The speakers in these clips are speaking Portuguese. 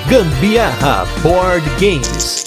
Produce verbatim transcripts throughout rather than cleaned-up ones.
Gambiarra Board Games.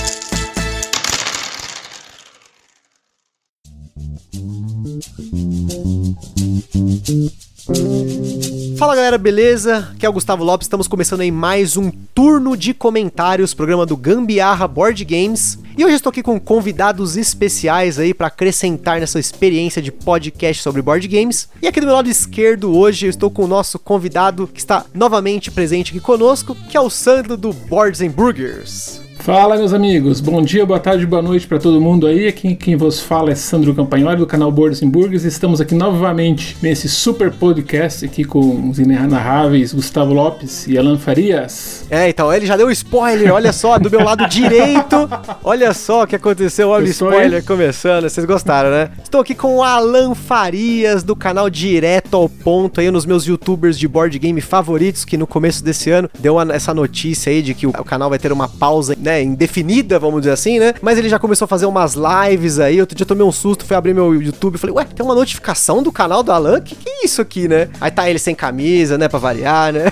Fala galera, beleza? Aqui é o Gustavo Lopes, estamos começando aí mais um turno de comentários, programa do Gambiarra Board Games. E hoje eu estou aqui com convidados especiais aí para acrescentar nessa experiência de podcast sobre board games. E aqui do meu lado esquerdo hoje eu estou com o nosso convidado que está novamente presente aqui conosco, que é o Sandro do Boards and Burgers. Fala meus amigos, bom dia, boa tarde, boa noite para todo mundo aí. Aqui quem vos fala é Sandro Campagnoli do canal Boards and Burgers. Estamos aqui novamente nesse super podcast aqui com os inenarráveis Gustavo Lopes e Alan Farias. É, então ele já deu spoiler, olha só, do meu lado direito. Olha só o que aconteceu, olha o spoiler começando, vocês gostaram, né? Estou aqui com o Alan Farias do canal Direto ao Ponto, aí um dos meus youtubers de board game favoritos, que no começo desse ano deu uma, essa notícia aí de que o, o canal vai ter uma pausa, né, indefinida, vamos dizer assim, né? Mas ele já começou a fazer umas lives aí. Outro dia eu tomei um susto, fui abrir meu YouTube e falei, ué, tem uma notificação do canal do Alan? Que que é isso aqui, né? Aí tá ele sem camisa, né, pra variar, né?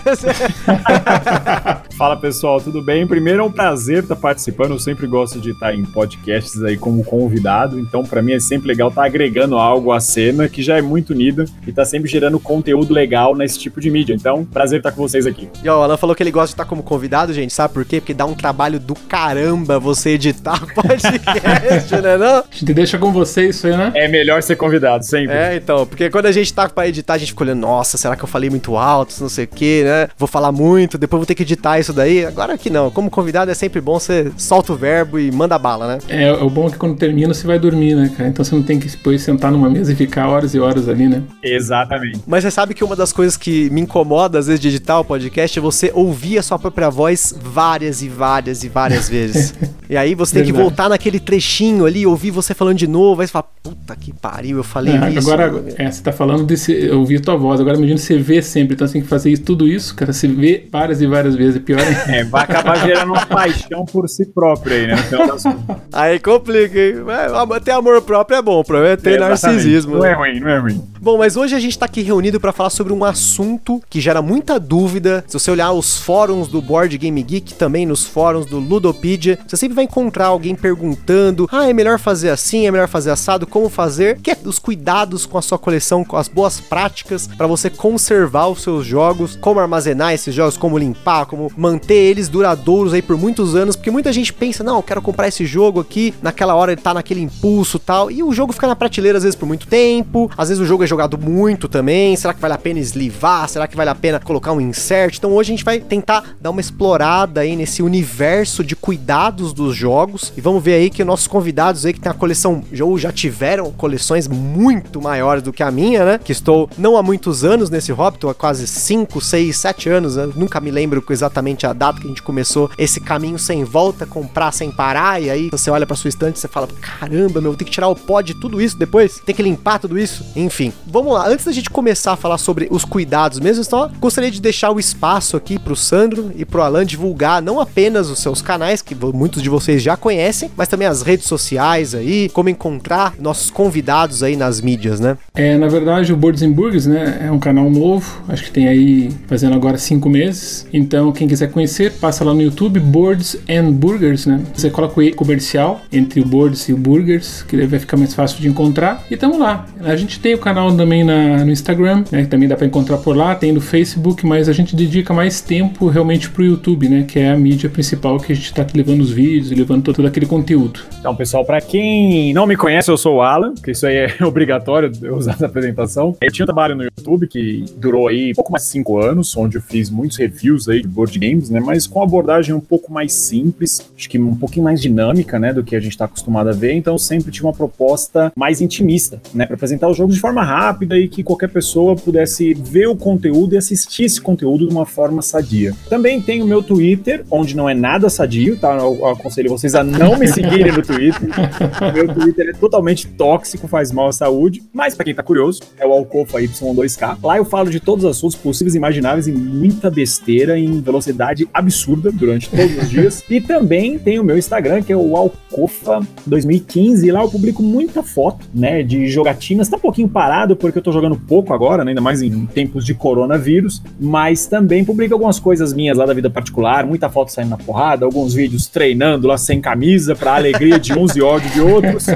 Fala pessoal, tudo bem? Primeiro é um prazer estar participando, eu sempre gosto de estar em podcasts aí como convidado, então pra mim é sempre legal estar agregando algo à cena que já é muito unida e tá sempre gerando conteúdo legal nesse tipo de mídia, então prazer estar com vocês aqui. E ó, o Alan falou que ele gosta de estar como convidado, gente, sabe por quê? Porque dá um trabalho do caramba você editar podcast, né não? A gente deixa com você isso aí, né? É melhor ser convidado, sempre. É, então, porque quando a gente tá pra editar, a gente fica olhando, nossa, será que eu falei muito alto, não sei o que, né? Vou falar muito, depois vou ter que editar isso daí. Agora aqui não, como convidado é sempre bom, você solta o verbo e manda bala, né? É, o bom é que quando termina você vai dormir, né, cara? Então você não tem que depois sentar numa mesa e ficar horas e horas ali, né? Exatamente. Mas você sabe que uma das coisas que me incomoda às vezes de editar o podcast é você ouvir a sua própria voz várias e várias e várias vezes. E aí você tem Verdade. que voltar naquele trechinho ali, ouvir você falando de novo, aí você fala, puta que pariu, eu falei é, isso. Agora, é, você tá falando de ouvir tua voz, agora imagina você ver sempre, então você tem que fazer isso, tudo isso, cara, você vê várias e várias vezes, é pior ainda. É, vai acabar gerando uma paixão por si próprio aí, né? Aí complica, hein? É, ter amor próprio é bom, o problema é ter é, narcisismo. Não é ruim, não é ruim. Bom, mas hoje a gente tá aqui reunido pra falar sobre um assunto que gera muita dúvida. Se você olhar os fóruns do Board Game Geek, também nos fóruns do Ludopedia, você sempre vai encontrar alguém perguntando, ah, é melhor fazer assim, é melhor fazer assado, como fazer? Que é os cuidados com a sua coleção, com as boas práticas pra você conservar os seus jogos, como armazenar esses jogos, como limpar, como manter eles duradouros aí por muitos anos, porque muita gente pensa, não, eu quero comprar esse jogo aqui, naquela hora ele tá naquele impulso e tal, e o jogo fica na prateleira às vezes por muito tempo, às vezes o jogo é jogado muito também, será que vale a pena eslivar, será que vale a pena colocar um insert? Então hoje a gente vai tentar dar uma explorada aí nesse universo de cuidados dos jogos, e vamos ver aí que nossos convidados aí que tem a coleção, ou já tiveram coleções muito maiores do que a minha, né, que estou não há muitos anos nesse hobby, estou há quase cinco, seis, sete anos, né? Nunca me lembro exatamente a data que a gente começou esse caminho sem volta, comprar sem parar, e aí você olha pra sua estante e você fala, caramba, meu, vou ter que tirar o pó de tudo isso depois, tem que limpar tudo isso, enfim. Vamos lá, antes da gente começar a falar sobre os cuidados mesmo, só gostaria de deixar o espaço aqui pro Sandro e pro Alan divulgar não apenas os seus canais, que muitos de vocês já conhecem, mas também as redes sociais aí, como encontrar nossos convidados aí nas mídias, né? É, na verdade, o Boards and Burgers, né, é um canal novo, acho que tem aí, fazendo agora cinco meses, então quem quiser conhecer, passa lá no YouTube, Boards and Burgers, né, você coloca o E comercial entre o Boards e o Burgers, que daí vai ficar mais fácil de encontrar, e tamo lá. A gente tem o canal também na, no Instagram, né, que também dá pra encontrar por lá, tem no Facebook, mas a gente dedica mais tempo realmente pro YouTube, né, que é a mídia principal que a gente tá levando os vídeos, levando todo, todo aquele conteúdo. Então, pessoal, pra quem não me conhece, eu sou o Alan, que isso aí é obrigatório eu usar essa apresentação. Eu tinha um trabalho no YouTube que durou aí pouco mais de cinco anos, onde eu fiz muitos reviews aí de board games, né, mas com abordagem um pouco mais simples, acho que um pouquinho mais dinâmica, né, do que a gente tá acostumado a ver, então eu sempre tive uma proposta mais intimista, né, pra apresentar os jogos de forma rápida e que qualquer pessoa pudesse ver o conteúdo e assistir esse conteúdo de uma forma sadia. Também tem o meu Twitter, onde não é nada sadio, tá? Eu, eu aconselho vocês a não me seguirem no Twitter. O meu Twitter é totalmente tóxico, faz mal à saúde, mas pra quem tá curioso, é o Alcofa Y dois K. Lá eu falo de todos os assuntos possíveis e imagináveis e muita besteira em velocidade absurda durante todos os dias. E também tem o meu Instagram, que é o Alcofa Cofa dois mil e quinze, e lá eu publico muita foto, né, de jogatinas. Tá um pouquinho parado porque eu tô jogando pouco agora, né, ainda mais em tempos de coronavírus, mas também publico algumas coisas minhas lá da vida particular, muita foto saindo na porrada, alguns vídeos treinando lá sem camisa pra alegria de uns e ódio de outros.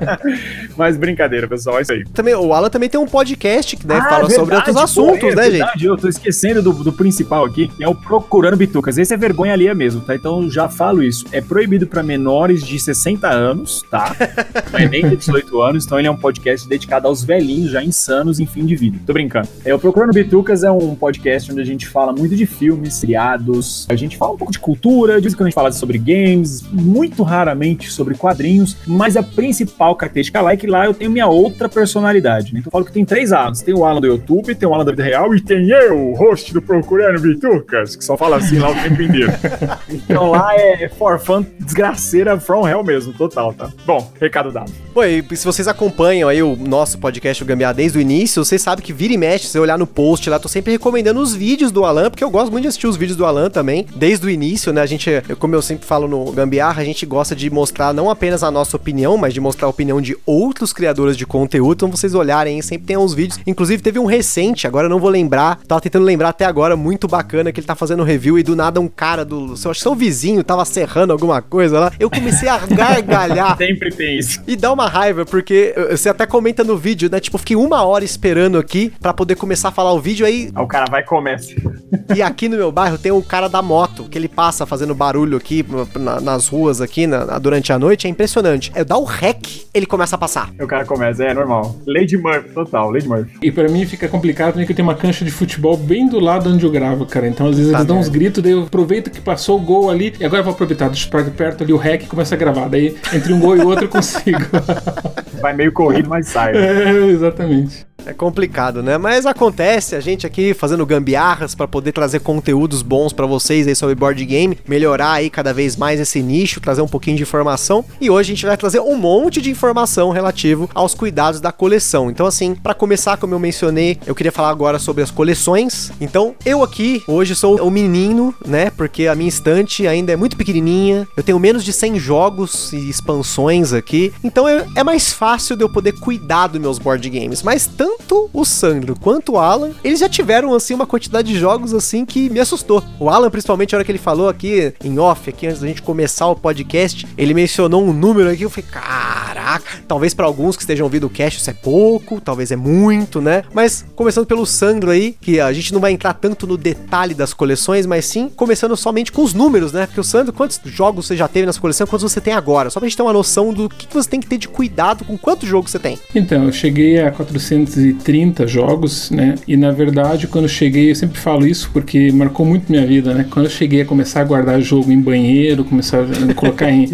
Mas brincadeira, pessoal, é isso aí. Também, o Alan também tem um podcast que né, Ah, fala verdade, sobre outros assuntos, pô, é, né, verdade, gente? Eu tô esquecendo do, do principal aqui, que é o Procurando Bitucas. Esse é vergonha alheia mesmo, tá? Então já falo isso. É proibido pra menores de sessenta anos, tá? Não é nem de dezoito anos, então ele é um podcast dedicado aos velhinhos já insanos em fim de vida. Tô brincando. É, o Procurando Bitucas é um podcast onde a gente fala muito de filmes, seriados, a gente fala um pouco de cultura, de vez em quando a gente fala sobre games, muito raramente sobre quadrinhos, mas a principal característica lá é que lá eu tenho minha outra personalidade, né? Então eu falo que tem três Alans. Tem o Alan do YouTube, tem o Alan da vida real e tem eu, o host do Procurando Bitucas, que só fala assim lá o tempo inteiro. Então lá é for fun, desgraceira from hell mesmo, total, tá? Bom, recado dado. Pô, e se vocês acompanham aí o nosso podcast, o Gambiarra, desde o início, vocês sabem que vira e mexe, se você olhar no post lá, tô sempre recomendando os vídeos do Alan, porque eu gosto muito de assistir os vídeos do Alan também, desde o início, né? A gente, como eu sempre falo no Gambiarra, a gente gosta de mostrar não apenas a nossa opinião, mas de mostrar a opinião de outros criadores de conteúdo. Então vocês olharem, sempre tem uns vídeos. Inclusive teve um recente, agora eu não vou lembrar, tava tentando lembrar até agora, muito bacana, que ele tá fazendo review e do nada um cara do, eu acho que seu vizinho tava serrando alguma coisa lá, eu comecei a gargalhar. Sempre tem isso. E dá uma raiva, porque você até comenta no vídeo, né? Tipo, eu fiquei uma hora esperando aqui pra poder começar a falar o vídeo, aí... O cara vai e começa. E aqui no meu bairro tem o cara da moto, que ele passa fazendo barulho aqui na, nas ruas aqui na, na, durante a noite, é impressionante. Eu dá o rec, ele começa a passar. O cara começa, é normal. Lady Murphy, total, Lady Murphy. E pra mim fica complicado porque eu tenho uma cancha de futebol bem do lado onde eu gravo, cara. Então às vezes Tá eles dão uns merda. gritos, daí eu aproveito que passou o gol ali, e agora eu vou aproveitar, deixa eu perto ali o rec e começa a gravar. Daí entre um gol e outro eu consigo. Vai meio corrido, mas sai. É, exatamente. É complicado, né? Mas acontece, a gente aqui fazendo gambiarras pra poder trazer conteúdos bons pra vocês aí sobre board game, melhorar aí cada vez mais esse nicho, trazer um pouquinho de informação. E hoje a gente vai trazer um monte de informação relativo aos cuidados da coleção. Então assim, pra começar, como eu mencionei, eu queria falar agora sobre as coleções. Então, eu aqui hoje sou o menino, né? Porque a minha estante ainda é muito pequenininha. Eu tenho menos de cem jogos e expansões aqui. Então é, é mais fácil de eu poder cuidar dos meus board games. Mas tanto Tanto o Sandro quanto o Alan, eles já tiveram, assim, uma quantidade de jogos, assim, que me assustou. O Alan, principalmente, a hora que ele falou aqui, em off, aqui, antes da gente começar o podcast, ele mencionou um número aqui, eu falei, caraca, talvez pra alguns que estejam ouvindo o cast isso é pouco, talvez é muito, né? Mas, começando pelo Sandro aí, que a gente não vai entrar tanto no detalhe das coleções, mas sim, começando somente com os números, né? Porque o Sandro, quantos jogos você já teve nessa coleção, quantos você tem agora? Só pra gente ter uma noção do que você tem que ter de cuidado com quantos jogos você tem. Então, eu cheguei a quatrocentos e trinta jogos, né? E na verdade, quando eu cheguei, eu sempre falo isso porque marcou muito minha vida, né? Quando eu cheguei a começar a guardar jogo em banheiro, começar a colocar em,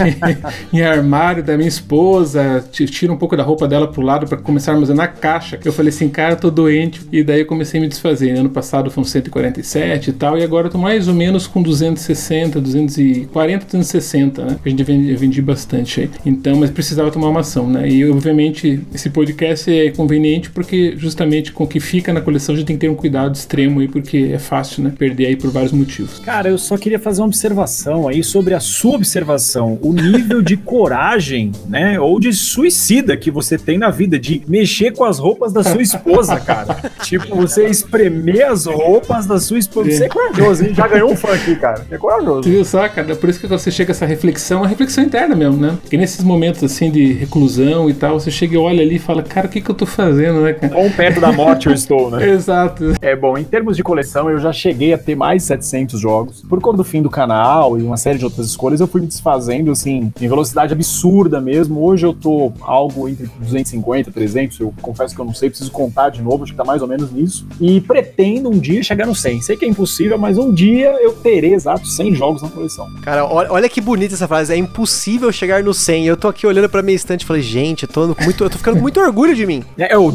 em armário da minha esposa, tira um pouco da roupa dela pro lado para começar a armazenar caixa. Eu falei assim, cara, eu tô doente. E daí eu comecei a me desfazer. Ano passado foram cento e quarenta e sete e tal, e agora eu tô mais ou menos com duzentos e sessenta, duzentos e quarenta, duzentos e sessenta, né? A gente vendi, vendi bastante aí. Então, mas precisava tomar uma ação, né? E obviamente esse podcast é conveniente porque justamente com o que fica na coleção a gente tem que ter um cuidado extremo aí, porque é fácil, né? Perder aí por vários motivos. Cara, eu só queria fazer uma observação aí sobre a sua observação, o nível de coragem, né? Ou de suicida que você tem na vida, de mexer com as roupas da sua esposa, cara. Tipo, você espremer as roupas da sua esposa. Você é corajoso, hein? Já ganhou um fã aqui, cara. É corajoso. Tu viu só, cara? Por isso que você chega a essa reflexão, uma reflexão interna mesmo, né? Porque nesses momentos assim de reclusão e tal, você chega e olha ali e fala, cara, o que que eu tô fazendo, né, cara? Quão perto da morte eu estou, né? Exato. É bom, em termos de coleção, eu já cheguei a ter mais de setecentos jogos. Por conta do fim do canal e uma série de outras escolhas, eu fui me desfazendo, assim, em velocidade absurda mesmo. Hoje eu tô algo entre duzentos e cinquenta, trezentos, eu confesso que eu não sei, preciso contar de novo, acho que tá mais ou menos nisso. E pretendo um dia chegar no cem. Sei que é impossível, mas um dia eu terei exato cem jogos na coleção. Cara, olha, olha que bonita essa frase, é impossível chegar no cem. Eu tô aqui olhando pra minha estante e falei, gente, eu tô, muito, eu tô ficando com muito orgulho de mim. É, eu digo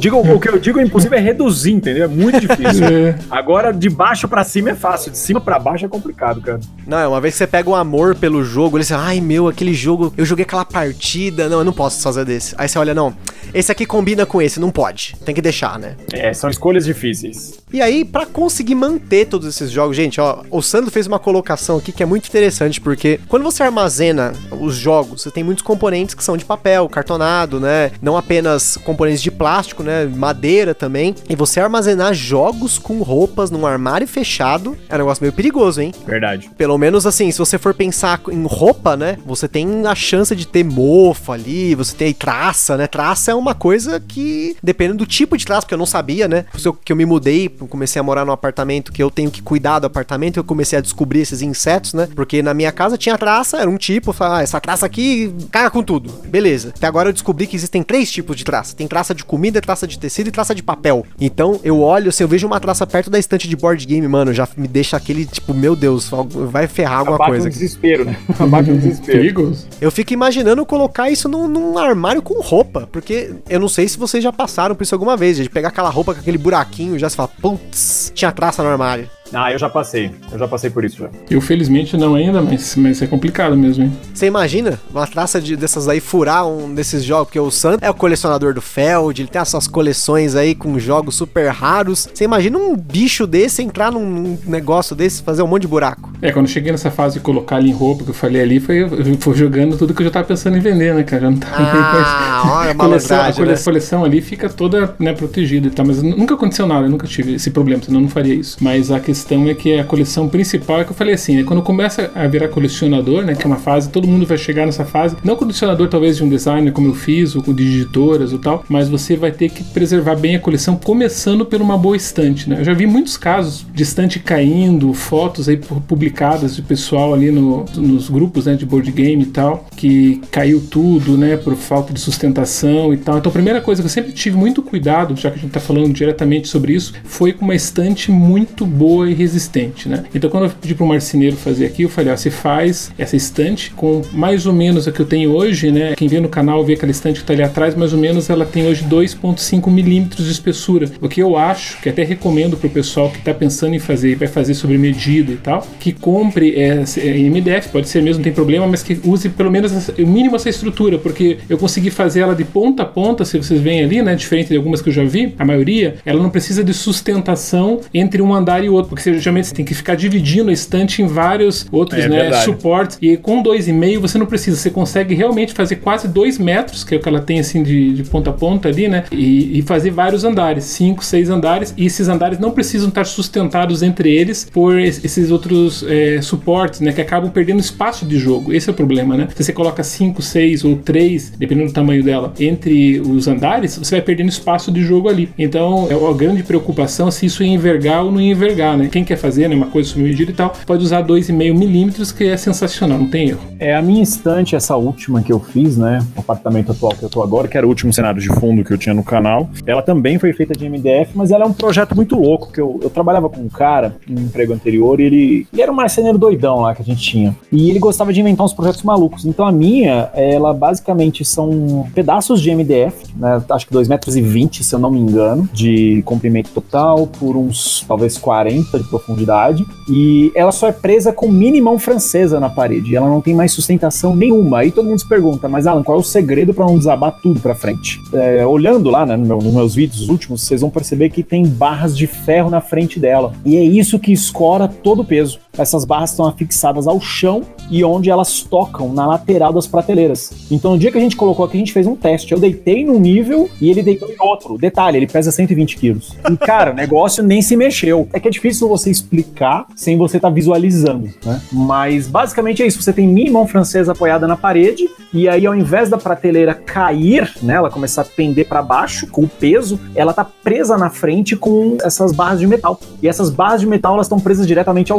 digo, o que eu digo, inclusive, é reduzir, entendeu? É muito difícil. É. Agora, de baixo pra cima é fácil, de cima pra baixo é complicado, cara. Não, uma vez que você pega um amor pelo jogo, ele diz, ai meu, aquele jogo, eu joguei aquela partida, não, eu não posso fazer desse. Aí você olha, não, esse aqui combina com esse, não pode, tem que deixar, né? É, são escolhas difíceis. E aí, pra conseguir manter todos esses jogos, gente, ó, o Sandro fez uma colocação aqui que é muito interessante, porque quando você armazena os jogos, você tem muitos componentes que são de papel, cartonado, né? Não apenas componentes de plástico, né? Madeira também. E você armazenar jogos com roupas num armário fechado é um negócio meio perigoso, hein? Verdade. Pelo menos assim, se você for pensar em roupa, né? Você tem a chance de ter mofo ali, você tem traça, né? Traça é uma coisa que, dependendo do tipo de traça, porque eu não sabia, né? Que eu me mudei, comecei a morar num apartamento que eu tenho que cuidar do apartamento, eu comecei a descobrir esses insetos, né? Porque na minha casa tinha traça, era um tipo, eu falava, ah, essa traça aqui caga com tudo. Beleza. Até agora eu descobri que existem três tipos de traça. Tem traça de comida, traça de tecido e traça de papel. Então, eu olho, se eu vejo uma traça perto da estante de board game, mano, já me deixa aquele, tipo, meu Deus, vai ferrar alguma Abate coisa. Um desespero, né? Abate um desespero. Perigoso. Eu fico imaginando colocar isso num, num armário com roupa, porque eu não sei se vocês já passaram por isso alguma vez, de pegar aquela roupa com aquele buraquinho, já se fala, putz, tinha traça no armário. Ah, eu já passei. Eu já passei por isso já. Eu, felizmente, não ainda, mas, mas é complicado mesmo, hein? Você imagina uma traça de, dessas aí furar um desses jogos? Porque o Sam é o colecionador do Feld, ele tem essas coleções aí com jogos super raros. Você imagina um bicho desse entrar num, num negócio desse, fazer um monte de buraco? É, quando eu cheguei nessa fase de colocar ali em roupa, que eu falei ali, foi, eu fui jogando tudo que eu já tava pensando em vender, né, cara? Já não tava ah, nem olha a coleção, a cole, né? coleção ali fica toda, né, protegida e tal, mas nunca aconteceu nada, eu nunca tive esse problema, senão eu não faria isso. Mas a questão é que a coleção principal é que eu falei assim, né, quando começa a virar colecionador, né, que é uma fase, todo mundo vai chegar nessa fase, não colecionador talvez de um designer como eu fiz, ou de editoras ou tal, mas você vai ter que preservar bem a coleção, começando por uma boa estante, né? Eu já vi muitos casos de estante caindo, fotos aí publicadas de pessoal ali no, nos grupos, né, de board game e tal, que caiu tudo, né, por falta de sustentação e tal. Então a primeira coisa que eu sempre tive muito cuidado, já que a gente tá falando diretamente sobre isso, foi com uma estante muito boa e resistente, né? Então quando eu pedi pro marceneiro fazer aqui, eu falei, ó, você faz essa estante com mais ou menos a que eu tenho hoje, né? Quem vê no canal vê aquela estante que tá ali atrás, mais ou menos ela tem hoje dois ponto cinco milímetros de espessura. O que eu acho, que até recomendo pro pessoal que tá pensando em fazer e vai fazer sobre medida e tal, que compre é, é, M D F, pode ser mesmo, não tem problema, mas que use pelo menos essa, o mínimo essa estrutura, porque eu consegui fazer ela de ponta a ponta, se vocês veem ali, né? Diferente de algumas que eu já vi, a maioria, ela não precisa de sustentação entre um andar e outro, porque você, geralmente você tem que ficar dividindo a estante em vários outros, é, É né, suportes, e com dois e meio você não precisa, você consegue realmente fazer quase dois metros, que é o que ela tem assim de, de ponta a ponta ali, né, e, e fazer vários andares, cinco, seis andares, e esses andares não precisam estar sustentados entre eles por esses outros é, suportes, né, que acabam perdendo espaço de jogo. Esse é o problema, né, se você coloca cinco, seis ou três, dependendo do tamanho dela, entre os andares, você vai perdendo espaço de jogo ali. Então é uma grande preocupação se isso ia envergar ou não ia envergar, né, quem quer fazer, né, uma coisa sob medida e tal, pode usar dois e meio milímetros, que é sensacional, não tem erro. É, a minha estante, essa última que eu fiz, né, o apartamento atual que eu tô agora, que era o último cenário de fundo que eu tinha no canal, ela também foi feita de M D F, mas ela é um projeto muito louco, que eu, eu trabalhava com um cara, no emprego anterior, e ele, ele era um marceneiro doidão lá que a gente tinha, e ele gostava de inventar uns projetos malucos, então a minha, ela basicamente são pedaços de M D F, né, acho que dois metros e vinte, se eu não me engano, de comprimento total, por uns, talvez quarenta de profundidade, e ela só é presa com mini mão francesa na parede, ela não tem mais sustentação nenhuma. Aí todo mundo se pergunta, mas Alan, qual é o segredo para não desabar tudo para frente? É, olhando lá, né, no meu, nos meus vídeos últimos, vocês vão perceber que tem barras de ferro na frente dela, e é isso que escora todo o peso. Essas barras estão afixadas ao chão e onde elas tocam na lateral das prateleiras. Então no dia que a gente colocou aqui, a gente fez um teste. Eu deitei num nível e ele deitou em outro. Detalhe, ele pesa cento e vinte quilos. E cara, o negócio nem se mexeu. É que é difícil você explicar sem você estar tá visualizando, né? Mas basicamente é isso. Você tem minha mão francesa apoiada na parede e aí ao invés da prateleira cair, né, ela começar a pender para baixo com o peso, ela tá presa na frente com essas barras de metal. E essas barras de metal, elas estão presas diretamente ao chão.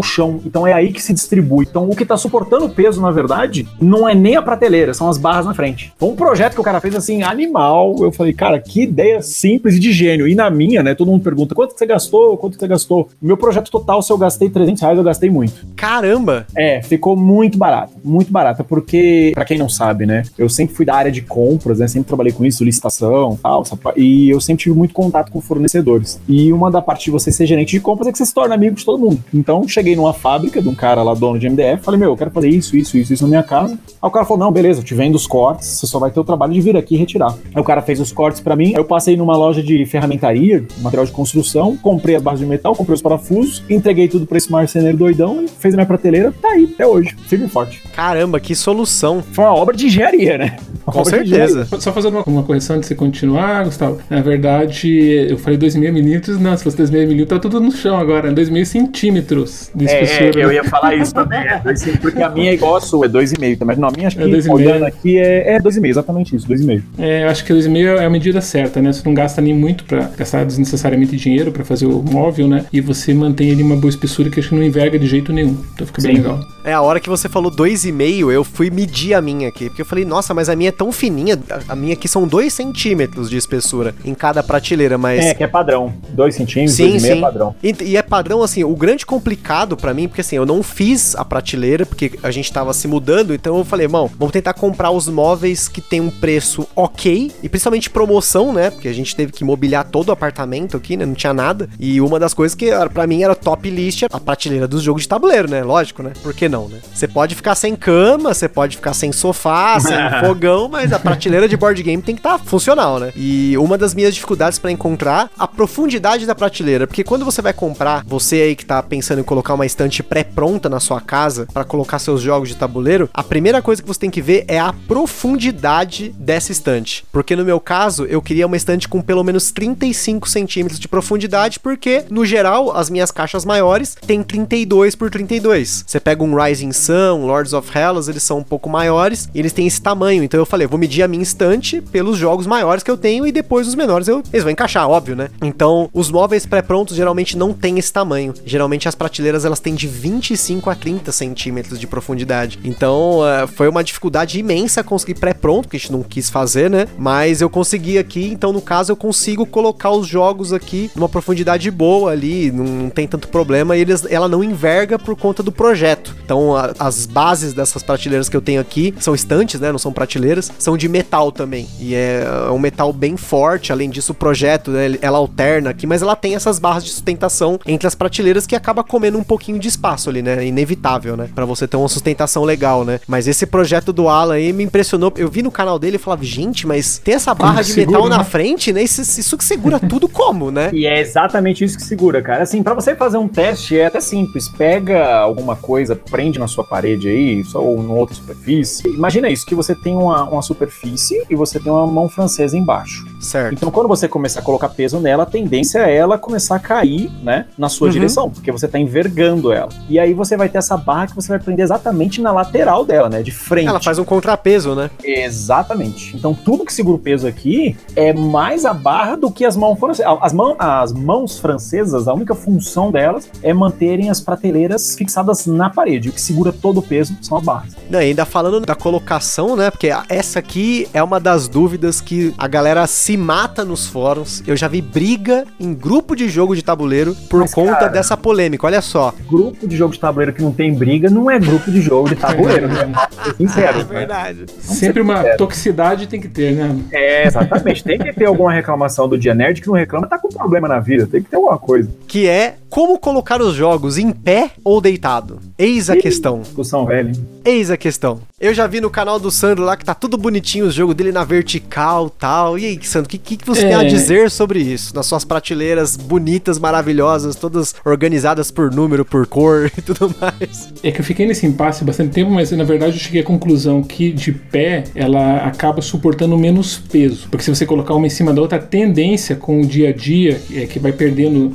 Então é aí que se distribui. Então o que tá suportando o peso, na verdade, não é nem a prateleira, são as barras na frente. Foi um projeto que o cara fez assim, animal. Eu falei, cara, que ideia simples e de gênio. E na minha, né, todo mundo pergunta, quanto que você gastou? Quanto que você gastou? Meu projeto total, se eu gastei trezentos reais, eu gastei muito. Caramba! É, ficou muito barato, muito barato, porque, pra quem não sabe, né, eu sempre fui da área de compras, né, sempre trabalhei com isso, licitação, tal, e eu sempre tive muito contato com fornecedores. E uma da parte de você ser gerente de compras é que você se torna amigo de todo mundo. Então, cheguei numa fábrica de um cara lá, dono de M D F, falei, meu, eu quero fazer isso, isso, isso, isso na minha casa. Aí o cara falou, não, beleza, eu te vendo os cortes, você só vai ter o trabalho de vir aqui e retirar. Aí o cara fez os cortes pra mim, aí eu passei numa loja de ferramentaria, material de construção, comprei as barras de metal, comprei os parafusos, entreguei tudo pra esse marceneiro doidão e fez a minha prateleira, tá aí, até hoje, firme e forte. Caramba, que solução. Foi uma obra de engenharia, né? Uma Com certeza. Só fazendo uma, uma correção antes de você continuar, Gustavo. Na verdade, eu falei dois e meio milímetros, não, se fosse dois e meio milímetros, tá tudo no chão agora, dois e meio centímetros de espessura. É, eu ia falar isso também, é, porque a minha é igual a sua, é dois e meio também. Não, a minha acho que, é olhando aqui, é, é dois e meio, exatamente isso, dois e meio. É, eu acho que dois e meio é a medida certa, né? Você não gasta nem muito pra gastar desnecessariamente dinheiro pra fazer o móvel, né? E você mantém ele uma boa espessura que acho que não enverga de jeito nenhum. Então fica bem Sim. legal. É, a hora que você falou dois e meio, eu fui medir a minha aqui, porque eu falei, nossa, mas a minha é tão fininha, a minha aqui são dois centímetros de espessura em cada prateleira, mas... É, que é padrão, dois centímetros, sim, dois e meio sim. é padrão. E, e é padrão, assim, o grande complicado pra mim, porque assim, eu não fiz a prateleira, porque a gente tava se mudando, então eu falei, irmão, vamos tentar comprar os móveis que tem um preço ok, e principalmente promoção, né, porque a gente teve que mobiliar todo o apartamento aqui, né, não tinha nada, e uma das coisas que pra mim era top list, a prateleira dos jogos de tabuleiro, né, lógico, né, por que não, né? Você pode ficar sem cama, você pode ficar sem sofá, sem fogão, mas a prateleira de board game tem que estar tá funcional, né? E uma das minhas dificuldades pra encontrar a profundidade da prateleira, porque quando você vai comprar, você aí que tá pensando em colocar uma estante pré-pronta na sua casa pra colocar seus jogos de tabuleiro, a primeira coisa que você tem que ver é a profundidade dessa estante, porque no meu caso, eu queria uma estante com pelo menos trinta e cinco centímetros de profundidade, porque, no geral, as minhas caixas maiores tem trinta e dois por trinta e dois. Você pega um Rising Sun, Lords of Hellas, eles são um pouco maiores, e eles têm esse tamanho, então eu falei, eu vou medir a minha estante pelos jogos maiores que eu tenho, e depois os menores eu, eles vão encaixar, óbvio, né? Então, os móveis pré-prontos geralmente não têm esse tamanho. Geralmente as prateleiras, elas têm de vinte e cinco a trinta centímetros de profundidade. Então, uh, foi uma dificuldade imensa conseguir pré-pronto, que a gente não quis fazer, né? Mas eu consegui aqui, então no caso eu consigo colocar os jogos aqui numa profundidade boa ali, não, não tem tanto problema, e eles, ela não enverga por conta do projeto. Então, a, as bases dessas prateleiras que eu tenho aqui são estantes, né? Não são prateleiras, são de metal também. E é um metal bem forte. Além disso, o projeto, né, ela alterna aqui, mas ela tem essas barras de sustentação entre as prateleiras que acaba comendo um pouquinho de espaço ali, né? Inevitável, né? Pra você ter uma sustentação legal, né? Mas esse projeto do Alan aí me impressionou. Eu vi no canal dele e falava, gente, mas tem essa barra como de segura, metal, né, na frente, né? Isso, isso que segura tudo como, né? E é exatamente isso que segura, cara. Assim, pra você fazer um teste é até simples. Pega alguma coisa, prende na sua parede aí, ou em outra superfície. Imagina isso, que você tem uma, uma superfície e você tem uma mão francesa embaixo. Certo. Então, quando você começar a colocar peso nela, a tendência é ela começar a cair, né, na sua uhum. direção, porque você tá envergando ela. E aí você vai ter essa barra que você vai prender exatamente na lateral dela, né, de frente. Ela faz um contrapeso, né? Exatamente. Então, tudo que segura o peso aqui é mais a barra do que as mãos francesas. As, mão, as mãos francesas, a única função delas é manterem as prateleiras fixadas na parede. O que segura todo o peso são as barras. Não, ainda falando da colocação, né, porque essa aqui é uma das dúvidas que a galera se mata nos fóruns. Eu já vi briga em grupo de jogo de tabuleiro por Mas, conta cara, dessa polêmica, olha só. Grupo de jogo de tabuleiro que não tem briga não é grupo de jogo de tabuleiro, né? É sincero. É verdade. Né? Sempre uma sincero. Toxicidade tem que ter, né? É, exatamente. Tem que ter alguma reclamação do dia nerd que não reclama, tá com problema na vida. Tem que ter alguma coisa. Que é como colocar os jogos em pé ou deitado? Eis a Ih, questão. Discussão velha. Eis a questão. Eu já vi no canal do Sandro lá que tá tudo bonitinho o jogo dele na vertical e tal. E aí, Sandro, o que, que você é. tem a dizer sobre isso? Nas suas prateleiras bonitas, maravilhosas, todas organizadas por número, por cor e tudo mais. É que eu fiquei nesse impasse bastante tempo, mas na verdade eu cheguei à conclusão que de pé ela acaba suportando menos peso. Porque se você colocar uma em cima da outra, a tendência com o dia a dia é que vai perdendo a, a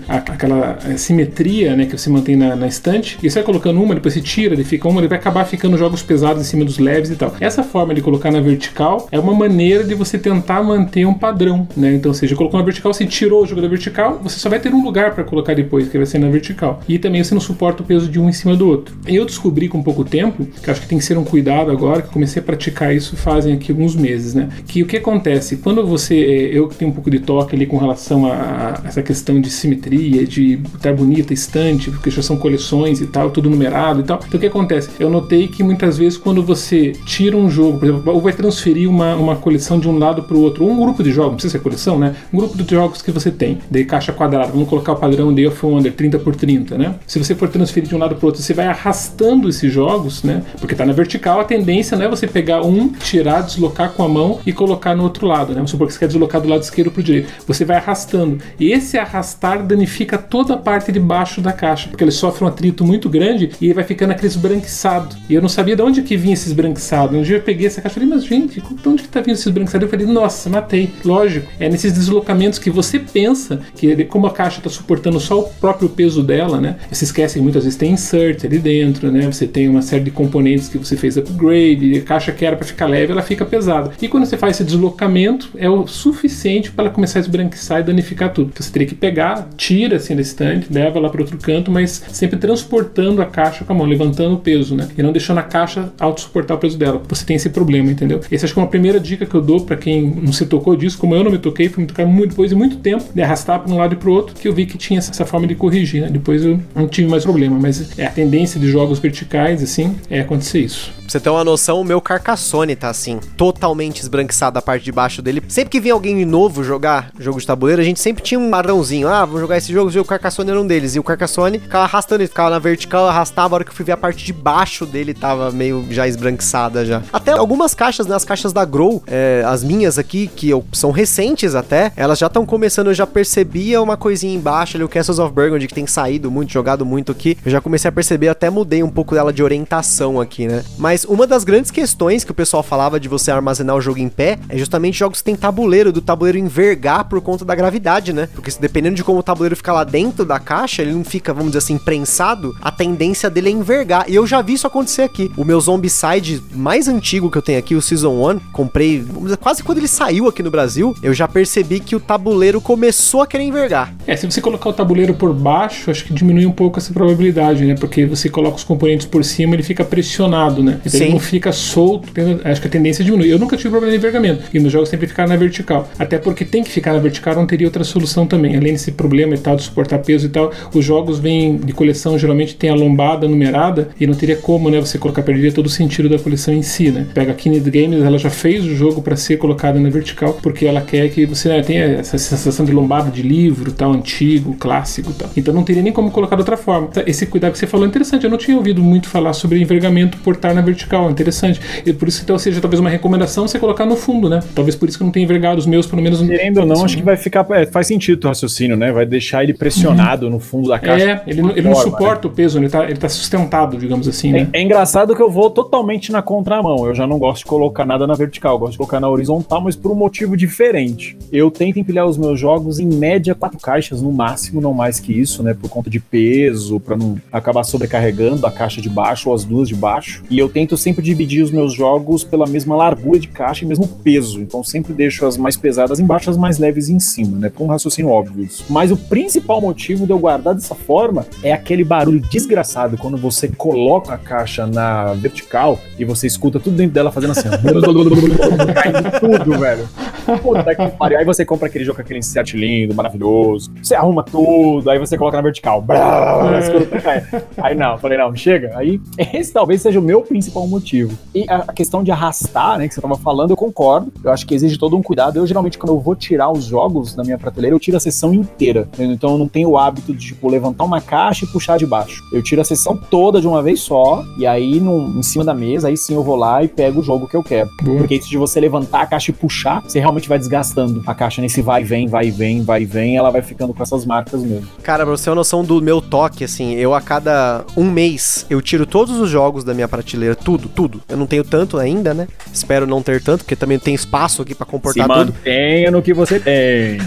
aquela é, simetria, né, que você mantém na, na estante, e você vai colocando uma, depois você tira, ele fica uma, ele vai acabar ficando jogos pesados em cima dos leves e tal. Essa forma de colocar na vertical é uma maneira de você tentar manter um padrão, né? Então, ou seja, colocou na vertical, você tirou o jogo da vertical, você só vai ter um lugar para colocar depois, que vai ser na vertical. E também você não suporta o peso de um em cima do outro. E eu descobri com pouco tempo, que acho que tem que ser um cuidado agora, que eu comecei a praticar isso fazem aqui alguns meses, né? Que o que acontece, quando você, eu que tenho um pouco de toque ali com relação a, a essa questão de simetria, de estar bonita, estante, porque já são coleções e tal, tudo numerado e tal. Então o que acontece? Eu notei que muitas vezes quando você tira um jogo, por exemplo, ou vai transferir uma, uma coleção de um lado para o outro, ou um grupo de jogos, não precisa ser coleção, né? Um grupo de jogos que você tem, daí caixa quadrada, vamos colocar o padrão Day of Wonder, trinta por trinta, né? Se você for transferir de um lado para o outro, você vai arrastando esses jogos, né? Porque tá na vertical, a tendência não é você pegar um, tirar, deslocar com a mão e colocar no outro lado, né? Vamos supor que você quer deslocar do lado esquerdo para o direito. Você vai arrastando. E esse arrastar danifica toda a parte de baixo da caixa, porque ele sofre um atrito muito grande e vai ficando aquele esbranquiçado. E eu não sabia de onde que vinha esse esbranquiçado. Um dia eu peguei essa caixa e falei, mas gente, de onde que tá vindo esse esbranquiçado? Eu falei, nossa, matei. Lógico, é nesses deslocamentos que você pensa que, como a caixa está suportando só o próprio peso dela, né? Você esquece que muitas vezes tem insert ali dentro, né? Você tem uma série de componentes que você fez upgrade, e a caixa que era para ficar leve, ela fica pesada. E quando você faz esse deslocamento, é o suficiente para ela começar a esbranquiçar e danificar tudo. Então, você teria que pegar, tira assim da estante, leva lá para outro canto, mas sempre transportando a caixa com a mão, levantando o peso, né? E não deixando a caixa autossuportar o peso dela. Você tem esse problema, entendeu? Essa acho que é uma primeira dica que eu dou para quem não se tocou disso, como eu não me toquei, fui me tocar muito, depois de muito tempo, de arrastar para um lado e para o outro, que eu vi que tinha essa forma de corrigir, né? Depois eu não tive mais problema, mas é a tendência de jogos verticais, assim, é acontecer isso. Pra você ter uma noção, o meu Carcassonne tá assim, totalmente esbranquiçado a parte de baixo dele. Sempre que vinha alguém novo jogar jogo de tabuleiro, a gente sempre tinha um marrãozinho. Ah, vou jogar esse jogo, o Carcassonne era um deles. E o Carcassonne ficava arrastando, ele ficava na vertical, arrastava. A hora que eu fui ver a parte de baixo dele tava meio já esbranquiçada já. Até algumas caixas, né, as caixas da Grow, é, as minhas aqui, que eu, são recentes até, elas já estão começando, eu já percebia uma coisinha embaixo ali, o Castles of Burgundy, que tem saído muito, jogado muito aqui. Eu já comecei a perceber, até mudei um pouco dela de orientação aqui, né? Mas uma das grandes questões que o pessoal falava de você armazenar o jogo em pé é justamente jogos que tem tabuleiro, do tabuleiro envergar por conta da gravidade, né? Porque dependendo de como o tabuleiro fica lá dentro da caixa, ele não fica, vamos dizer assim, prensado, a tendência dele é envergar. E eu já vi isso acontecer aqui. O meu Zombicide mais antigo que eu tenho aqui, o Season um, comprei, vamos dizer, quase quando ele saiu aqui no Brasil, eu já percebi que o tabuleiro começou a querer envergar. É, se você colocar o tabuleiro por baixo, acho que diminui um pouco essa probabilidade, né? Porque você coloca os componentes por cima, ele fica pressionado, né? Então ele não fica solto, acho que a tendência diminui. Eu nunca tive problema de envergamento, e meus jogos sempre ficaram na vertical. Até porque tem que ficar na vertical, não teria outra solução também. Além desse problema e tal, de suportar peso e tal, os jogos vêm de coleção, geralmente tem a lombada numerada, e não teria como, né, você colocar, perderia todo o sentido da coleção em si, né? Pega a Kinect Games, ela já fez o jogo para ser colocado na vertical, porque ela quer que você, né, tenha essa sensação de lombada de livro, tal, antigo, clássico, tal. Então não teria nem como colocar de outra forma. Esse cuidado que você falou é interessante. Eu não tinha ouvido muito falar sobre envergamento por estar na vertical, é interessante. E por isso, então, seja talvez uma recomendação você colocar no fundo, né? Talvez por isso que eu não tenha envergado os meus, pelo menos. Querendo ou não, acho que vai ficar. É, faz sentido o raciocínio, né? Vai deixar ele pressionado uhum. no fundo da caixa. É, ele, não, ele forma, não suporta, né, o peso, ele tá, ele tá sustentado, digamos assim, né? É, é engraçado que eu vou totalmente na contramão. Eu já não gosto de colocar nada na vertical, eu gosto de colocar na horizontal, mas por um motivo diferente. Eu tento empilhar os meus jogos em média quatro caixas no máximo, não mais que isso, né? Por conta de peso, pra não acabar sobrecarregando a caixa de baixo ou as duas de baixo. E eu tento sempre dividir os meus jogos pela mesma largura de caixa e mesmo peso. Então sempre deixo as mais pesadas embaixo, as mais leves em cima, né? Por um raciocínio óbvio isso. Mas o principal motivo de eu guardar dessa forma é aquele barulho desgraçado quando você coloca a caixa na vertical e você escuta tudo dentro dela fazendo assim, caindo tudo, velho. Puta que pariu. Aí você compra aquele jogo com aquele insert lindo, maravilhoso, você arruma tudo, aí você coloca na vertical. Aí não, falei, não, chega. Aí esse talvez seja o meu principal motivo. E a questão de arrastar, né, que você tava falando, eu concordo. Eu acho que exige todo um cuidado. Eu geralmente, quando eu vou tirar os jogos da minha prateleira, eu tiro a sessão inteira. Então eu não tenho o hábito de, tipo, levantar uma caixa e puxar de baixo. Eu tiro a sessão toda de uma vez só, e aí num, em cima da mesa, aí sim eu vou lá e pego o jogo que eu quero. Boa. Porque isso de você levantar a caixa e puxar, você realmente vai desgastando a caixa nesse vai e vem, vai e vem, vai e vem, ela vai ficando com essas marcas mesmo. Cara, pra você ter uma noção do meu toque, assim, eu a cada um mês, eu tiro todos os jogos da minha prateleira, tudo, tudo. Eu não tenho tanto ainda, né? Espero não ter tanto, porque também tem espaço aqui pra comportar Se tudo. mantenha no que você tem.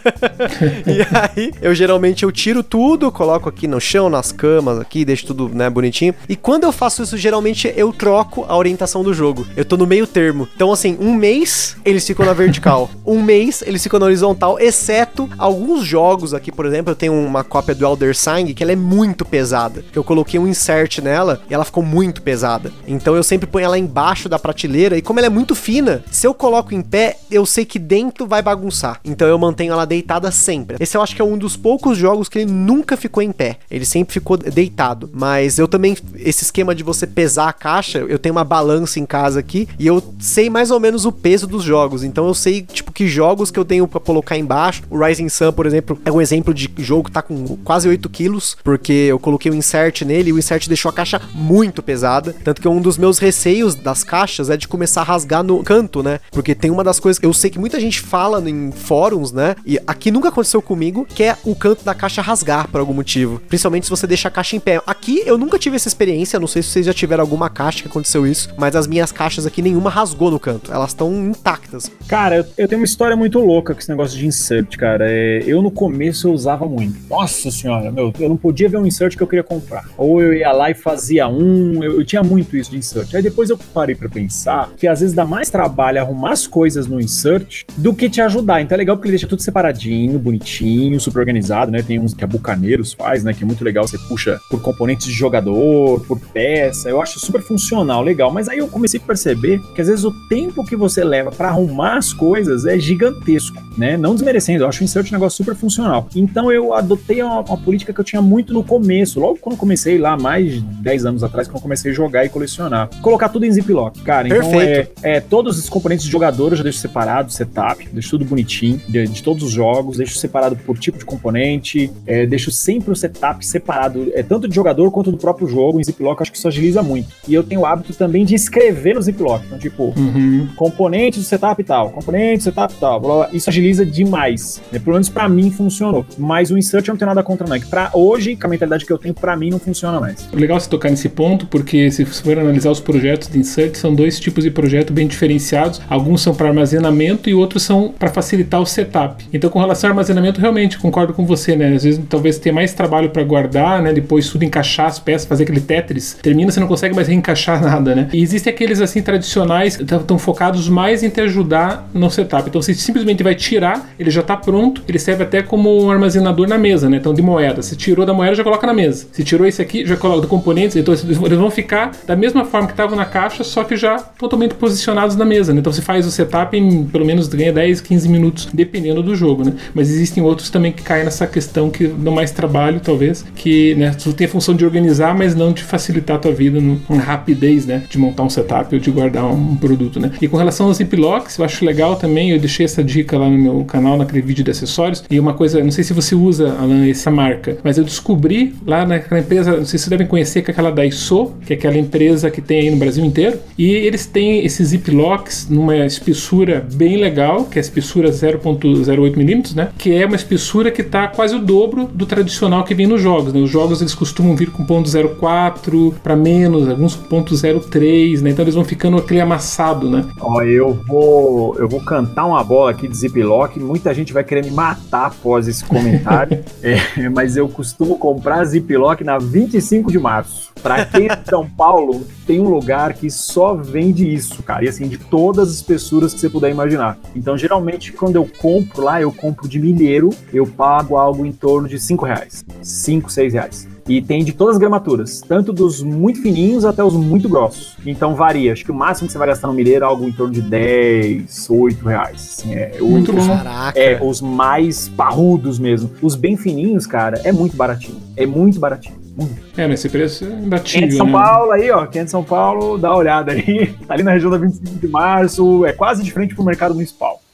E aí, eu geralmente eu tiro tudo, coloco aqui no chão, nas camas aqui, deixo tudo, né, bonitinho. E quando eu faço isso, geralmente eu troco a orientação do jogo. Eu tô no meio termo. Então, assim, um mês eles ficam na vertical. Um mês eles ficam na horizontal, exceto alguns jogos aqui, por exemplo, eu tenho uma cópia do Elder Sign, que ela é muito pesada. Eu coloquei um insert nela e ela ficou muito pesada. Então eu sempre ponho ela embaixo da prateleira e como ela é muito fina, se eu coloco em pé, eu sei que dentro vai bagunçar. Então eu mantenho ela deitada sempre. Esse eu acho que é um dos poucos jogos que ele nunca ficou em pé. Ele sempre ficou deitado. Mas eu também, esse esquema de você pesar a caixa, eu tenho uma balança em casa aqui e eu sei mais ou menos o peso dos jogos. Então eu sei, tipo, que jogos que eu tenho pra colocar embaixo. O Rising Sun, por exemplo, é um exemplo de jogo que tá com quase oito quilos, porque eu coloquei um insert nele e o insert deixou a caixa muito pesada. Tanto que um dos meus receios das caixas é de começar a rasgar no canto, né? Porque tem uma das coisas que eu sei que muita gente fala em fóruns, né? E aqui nunca aconteceu comigo, que é o canto da caixa rasgar por algum motivo. Principalmente se você deixa a caixa em pé. Aqui eu nunca tive essa experiência, não sei se vocês já tiveram alguma caixa que aconteceu isso, mas as minhas caixas aqui nenhuma rasgou no canto. Elas estão intactas. Cara, eu, eu tenho uma história muito louca com esse negócio de insert, cara. É, eu no começo eu usava muito. Nossa senhora, meu, eu não podia ver um insert que eu queria comprar. Ou eu ia lá e fazia um, eu, eu tinha muito isso de insert. Aí depois eu parei pra pensar que às vezes dá mais trabalho arrumar as coisas no insert do que te ajudar. Então é legal porque ele deixa tudo separadinho, bonitinho, super organizado, né? Tem uns que a Bucaneiros faz, né? Que é muito legal, você puxa por componentes de jogador, por peça. Eu acho super funcional, legal. Mas aí eu comecei a perceber que às vezes o tempo que você leva pra arrumar as coisas é gigantesco, né? Não desmerecendo, eu acho o insert um negócio super funcional. Então eu adotei uma, uma política que eu tinha muito no começo, logo quando eu comecei lá, mais de dez anos atrás, quando eu comecei a jogar e colecionar. Colocar tudo em Ziploc, cara. Então Perfeito. É, é, todos os componentes de jogador eu já deixo separado, setup, deixo tudo bonitinho, de, de todos os jogos, deixo separado por tipo de componente, é, deixo sempre o setup separado, é, tanto de jogador quanto do próprio jogo, em Ziploc, acho que isso agiliza muito. E eu tenho o hábito também de escrever no Ziploc, então tipo, Uhum. componente do setup e tal, componente do setup e tal, blá, blá, isso agiliza demais, né? Pelo menos pra mim funcionou, mas o insert eu não tenho nada contra não, é que pra hoje, com a mentalidade que eu tenho, pra mim não funciona mais. Legal você tocar nesse ponto, porque se você for analisar os projetos de insert, são dois tipos de projeto bem diferenciados. Alguns são para armazenamento e outros são para facilitar o setup. Então, com relação ao armazenamento, realmente concordo com você, né? Às vezes, talvez tenha mais trabalho para guardar, né? Depois tudo encaixar as peças, fazer aquele Tetris. Termina, você não consegue mais reencaixar nada, né? E existem aqueles, assim, tradicionais, estão focados mais em te ajudar no setup. Então, você simplesmente vai tirar, ele já está pronto, ele serve até como um armazenador na mesa, né? Então, de moeda. Se tirou da moeda, já coloca na mesa. Se tirou esse aqui, já coloca de componentes. Então, eles vão ficar da mesma forma que estavam na caixa, só que já totalmente posicionados na mesa, né? Então, você faz o setup em, pelo menos, ganha dez, quinze minutos, dependendo do jogo, né? Mas existem outros também que caem nessa questão que dão mais trabalho, talvez, que, né, tu tem a função de organizar, mas não de facilitar a tua vida no, na rapidez, né? De montar um setup ou de guardar um, um produto, né? E com relação aos Ziplocs, eu acho legal também, eu deixei essa dica lá no meu canal, naquele vídeo de acessórios, e uma coisa, não sei se você usa, Alan, essa marca, mas eu descobri lá naquela empresa, não sei se vocês devem conhecer, que é aquela Daiso, que é aquela empresa que tem aí no Brasil inteiro, e eles têm esses Ziplocs numa espessura bem legal, que é a espessura zero ponto zero oito milímetros, né? Que é uma espessura que tá quase o dobro do tradicional que vem nos jogos, né? Os jogos eles costumam vir com ponto zero quatro para menos, alguns com ponto zero três, né? Então eles vão ficando aquele amassado, né? Ó, eu vou eu vou cantar uma bola aqui de Ziploc, muita gente vai querer me matar após esse comentário, é, mas eu costumo comprar Ziploc na vinte e cinco de março. Pra quem é de São Paulo, tem um lugar que só vende isso, cara, e assim, de todas as espessuras que você puder imaginar. Então, geralmente, quando eu compro lá, eu compro de milheiro, eu pago algo em torno de cinco reais, cinco, seis reais. E tem de todas as gramaturas, tanto dos muito fininhos até os muito grossos. Então varia, acho que o máximo que você vai gastar no milheiro é algo em torno de dez, oito reais. Assim, é, muito os, bom. Caraca. É, os mais parrudos mesmo. Os bem fininhos, cara, é muito baratinho. É muito baratinho. Muito. É, nesse preço é Quem é imbatível, de São né? Paulo aí, ó, quem é de São Paulo, dá uma olhada aí. Tá ali na região da vinte e cinco de março, é quase de frente pro mercado municipal.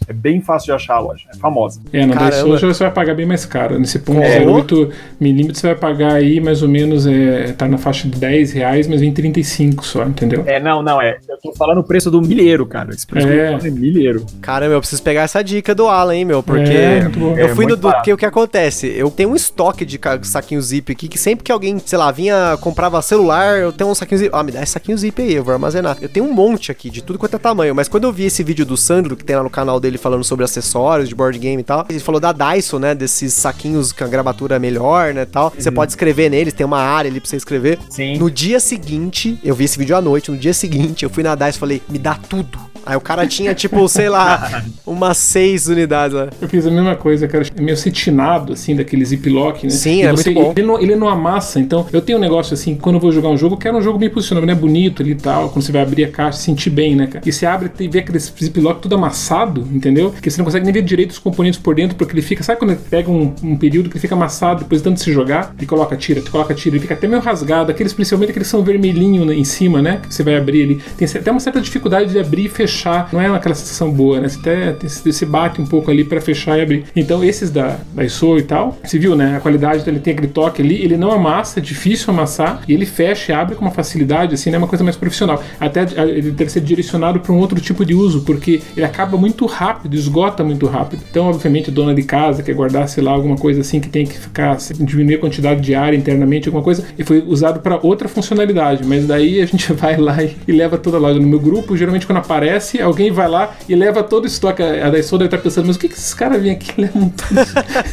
É bem fácil de achar a loja, é famosa. É, na Caramba. Daiso você vai pagar bem mais caro. Nesse ponto É. zero oito milímetros você vai pagar aí mais ou menos, é, tá na faixa de dez reais, mas vem trinta e cinco só, entendeu? É, não, não, é. Eu tô falando o preço do milheiro, cara. Esse preço É. é milheiro. Caramba, eu preciso pegar essa dica do Alan, hein, meu, porque É, muito bom. eu É, fui no... muito do- barato. Porque o que acontece? Eu tenho um estoque de ca- saquinho zip aqui, que sempre que alguém, sei lá, vinha, comprava celular, eu tenho um saquinho zip. Ah, me dá esse saquinho zip aí, eu vou armazenar. Eu tenho um monte aqui, de tudo quanto é tamanho, mas quando eu vi esse vídeo do Sandro, que tem lá no canal dele falando sobre acessórios de board game e tal, ele falou da Daiso, né, desses saquinhos com a gravatura melhor, né, tal. Você pode escrever neles, tem uma área ali pra você escrever. Sim. No dia seguinte, eu vi esse vídeo à noite, no dia seguinte, eu fui na Daiso e falei, me dá tudo. Aí o cara tinha, tipo, sei lá, umas seis unidades lá. Eu fiz a mesma coisa, cara. É meio cetinado, assim, daquele ziplock, né? Sim, E é muito bom. Ele não, ele não amassa, então eu tenho um negócio assim, quando eu vou jogar um jogo, eu quero um jogo bem posicionado, né? Bonito ali e tal. Quando você vai abrir a caixa, sentir bem, né, cara? E você abre e vê aquele ziplock tudo amassado, entendeu? Que você não consegue nem ver direito os componentes por dentro, porque ele fica, sabe quando ele pega um, um período que ele fica amassado, depois de tanto se jogar, e coloca, tira, coloca, tira, ele fica até meio rasgado. Aqueles, principalmente aqueles que são vermelhinho, né, em cima, né? Que você vai abrir ali. Tem até uma certa dificuldade de abrir e fechar. Não é aquela sensação boa, né? Você até você se bate um pouco ali pra fechar e abrir. Então, esses da, da I S O e tal, você viu, né? A qualidade dele tem aquele toque ali, ele não amassa, é difícil amassar, e ele fecha e abre com uma facilidade, assim, né? Uma coisa mais profissional. Até ele deve ser direcionado para um outro tipo de uso, porque ele acaba muito rápido, esgota muito rápido. Então, obviamente, dona de casa quer guardar, sei lá, alguma coisa assim que tem que ficar, diminuir a quantidade de ar internamente, alguma coisa, e foi usado para outra funcionalidade. Mas daí a gente vai lá e, e leva toda a loja. No meu grupo, geralmente quando aparece, alguém vai lá e leva todo o estoque. A Daiso deve estar pensando, mas o que, que esses caras vêm aqui e levam tudo?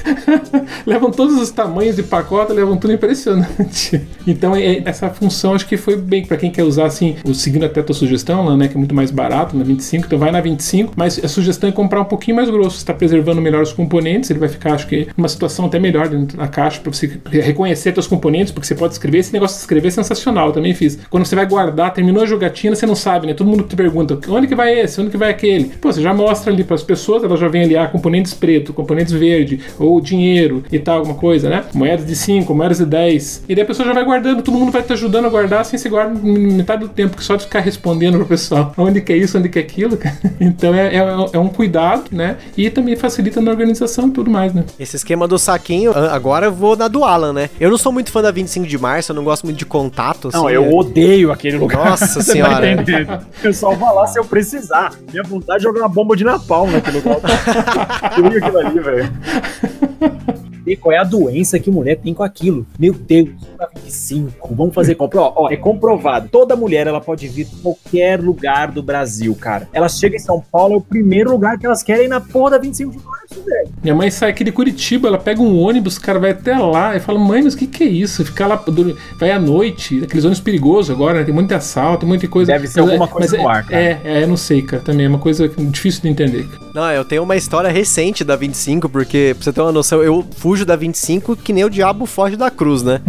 Levam todos os tamanhos de pacote, levam tudo, impressionante. Então, é, essa função acho que foi bem para quem quer usar, assim, o, seguindo até a tua sugestão lá, né, que é muito mais barato, na vinte e cinco, então vai na vinte e cinco, mas a sugestão é comprar um pouquinho mais grosso. Você está preservando melhor os componentes, ele vai ficar, acho que, numa situação até melhor dentro da caixa para você reconhecer seus componentes, porque você pode escrever. Esse negócio de escrever é sensacional, eu também fiz. Quando você vai guardar, terminou a jogatina, você não sabe, né? Todo mundo te pergunta, onde que vai esse? Onde que vai aquele? Pô, você já mostra ali para as pessoas, elas já vêm ali, ah, componentes preto, componentes verde, ou dinheiro e tal, alguma coisa, né? Moedas de cinco, moedas de dez. E daí a pessoa já vai guardando, todo mundo vai te ajudando a guardar, assim você guarda metade do tempo, que só de ficar respondendo pro pessoal onde que é isso, onde que é aquilo, cara. Então é, é, é um cuidado, né? E também facilita na organização e tudo mais, né? Esse esquema do saquinho, agora eu vou na do Alan, né? Eu não sou muito fã da vinte e cinco de março, eu não gosto muito de contato, assim. Não, eu né? odeio aquele lugar. Nossa Você senhora. vai entender. Eu só vou lá se eu precisar. Minha vontade é jogar uma bomba de napalm naquele lugar. Eu odeio aquilo ali, velho. E qual é a doença que mulher tem com aquilo? Meu Deus, vinte e cinco, vamos fazer compra. Ó, ó, é comprovado. Toda mulher, ela pode vir de qualquer lugar do Brasil, cara. Ela chega em São Paulo, é o primeiro lugar que elas querem ir na porra da vinte e cinco de março, velho. Minha mãe sai aqui de Curitiba, ela pega um ônibus, o cara vai até lá e fala, mãe, mas o que que é isso? Ficar lá, vai à noite, aqueles ônibus perigosos agora, né? Tem muito assalto, tem muita coisa. Deve ser mas, alguma coisa mas no é, ar, cara. É, é, não sei, cara, também é uma coisa difícil de entender. Não, eu tenho uma história recente da vinte e cinco, porque, pra você ter uma noção, eu fujo da vinte e cinco que nem o diabo foge da cruz, né?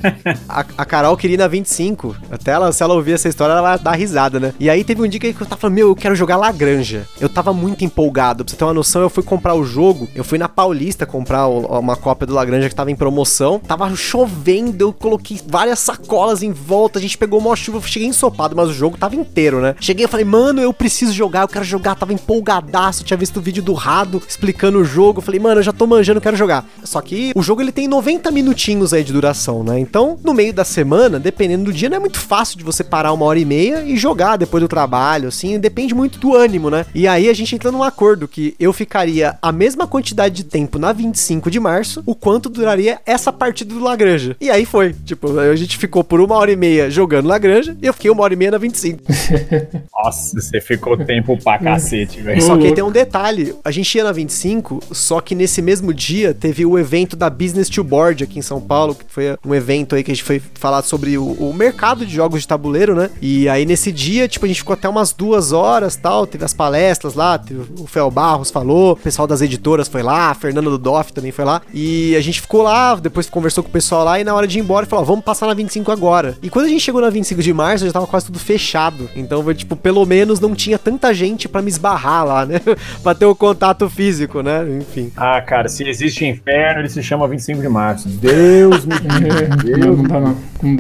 a, a Carol queria ir na vinte e cinco, até ela, se ela ouvir essa história, ela vai dar risada, né? E aí teve um dia que eu tava falando, meu, eu quero jogar Lagranja. Eu tava muito empolgado, pra você ter uma noção, eu fui comprar o jogo, eu fui na Paulista comprar o, uma cópia do Lagranja que tava em promoção, tava chovendo, eu coloquei várias sacolas em volta, a gente pegou uma chuva, eu cheguei ensopado, mas o jogo tava inteiro, né? Cheguei e falei, mano, eu preciso jogar, eu quero jogar, tava empolgadaço, tinha visto o vídeo do Rado explicando o jogo, eu falei, mano, eu já tô manjando, quero jogar. Só que o jogo, ele tem noventa minutinhos aí de duração, né? Então, no meio da semana, dependendo do dia, não é muito fácil de você parar uma hora e meia e jogar depois do trabalho, assim, depende muito do ânimo, né? E aí a gente entra num acordo que eu ficaria a mesma quantidade de tempo na vinte e cinco de março, o quanto duraria essa partida do Lagranja. E aí foi, tipo, a gente ficou por uma hora e meia jogando Lagranja e eu fiquei uma hora e meia na vinte e cinco. Nossa, você ficou tempo pra cacete, velho. Só que aí tem um detalhe, a gente ia na vinte e cinco, só que nesse mesmo dia teve o evento da Business to Board aqui em São Paulo, que foi um evento aí que a gente foi falar sobre o, o mercado de jogos de tabuleiro, né? E aí nesse dia, tipo, a gente ficou até umas duas horas, tal, teve as palestras lá, teve, o Fel Barros falou, o pessoal das editoras foi lá, a Fernanda do Doff também foi lá, e a gente ficou lá, depois conversou com o pessoal lá, e na hora de ir embora, falou, ó, vamos passar na vinte e cinco agora. E quando a gente chegou na vinte e cinco de março, já tava quase tudo fechado, então foi, tipo, pelo menos não tinha tanta gente pra me esbarrar lá, né? Pra ter o contato físico, né? Enfim. Ah, cara, se existe inferno, ele se chama vinte e cinco de março. Deus me livre. É, não, não dá não, não dá, cara.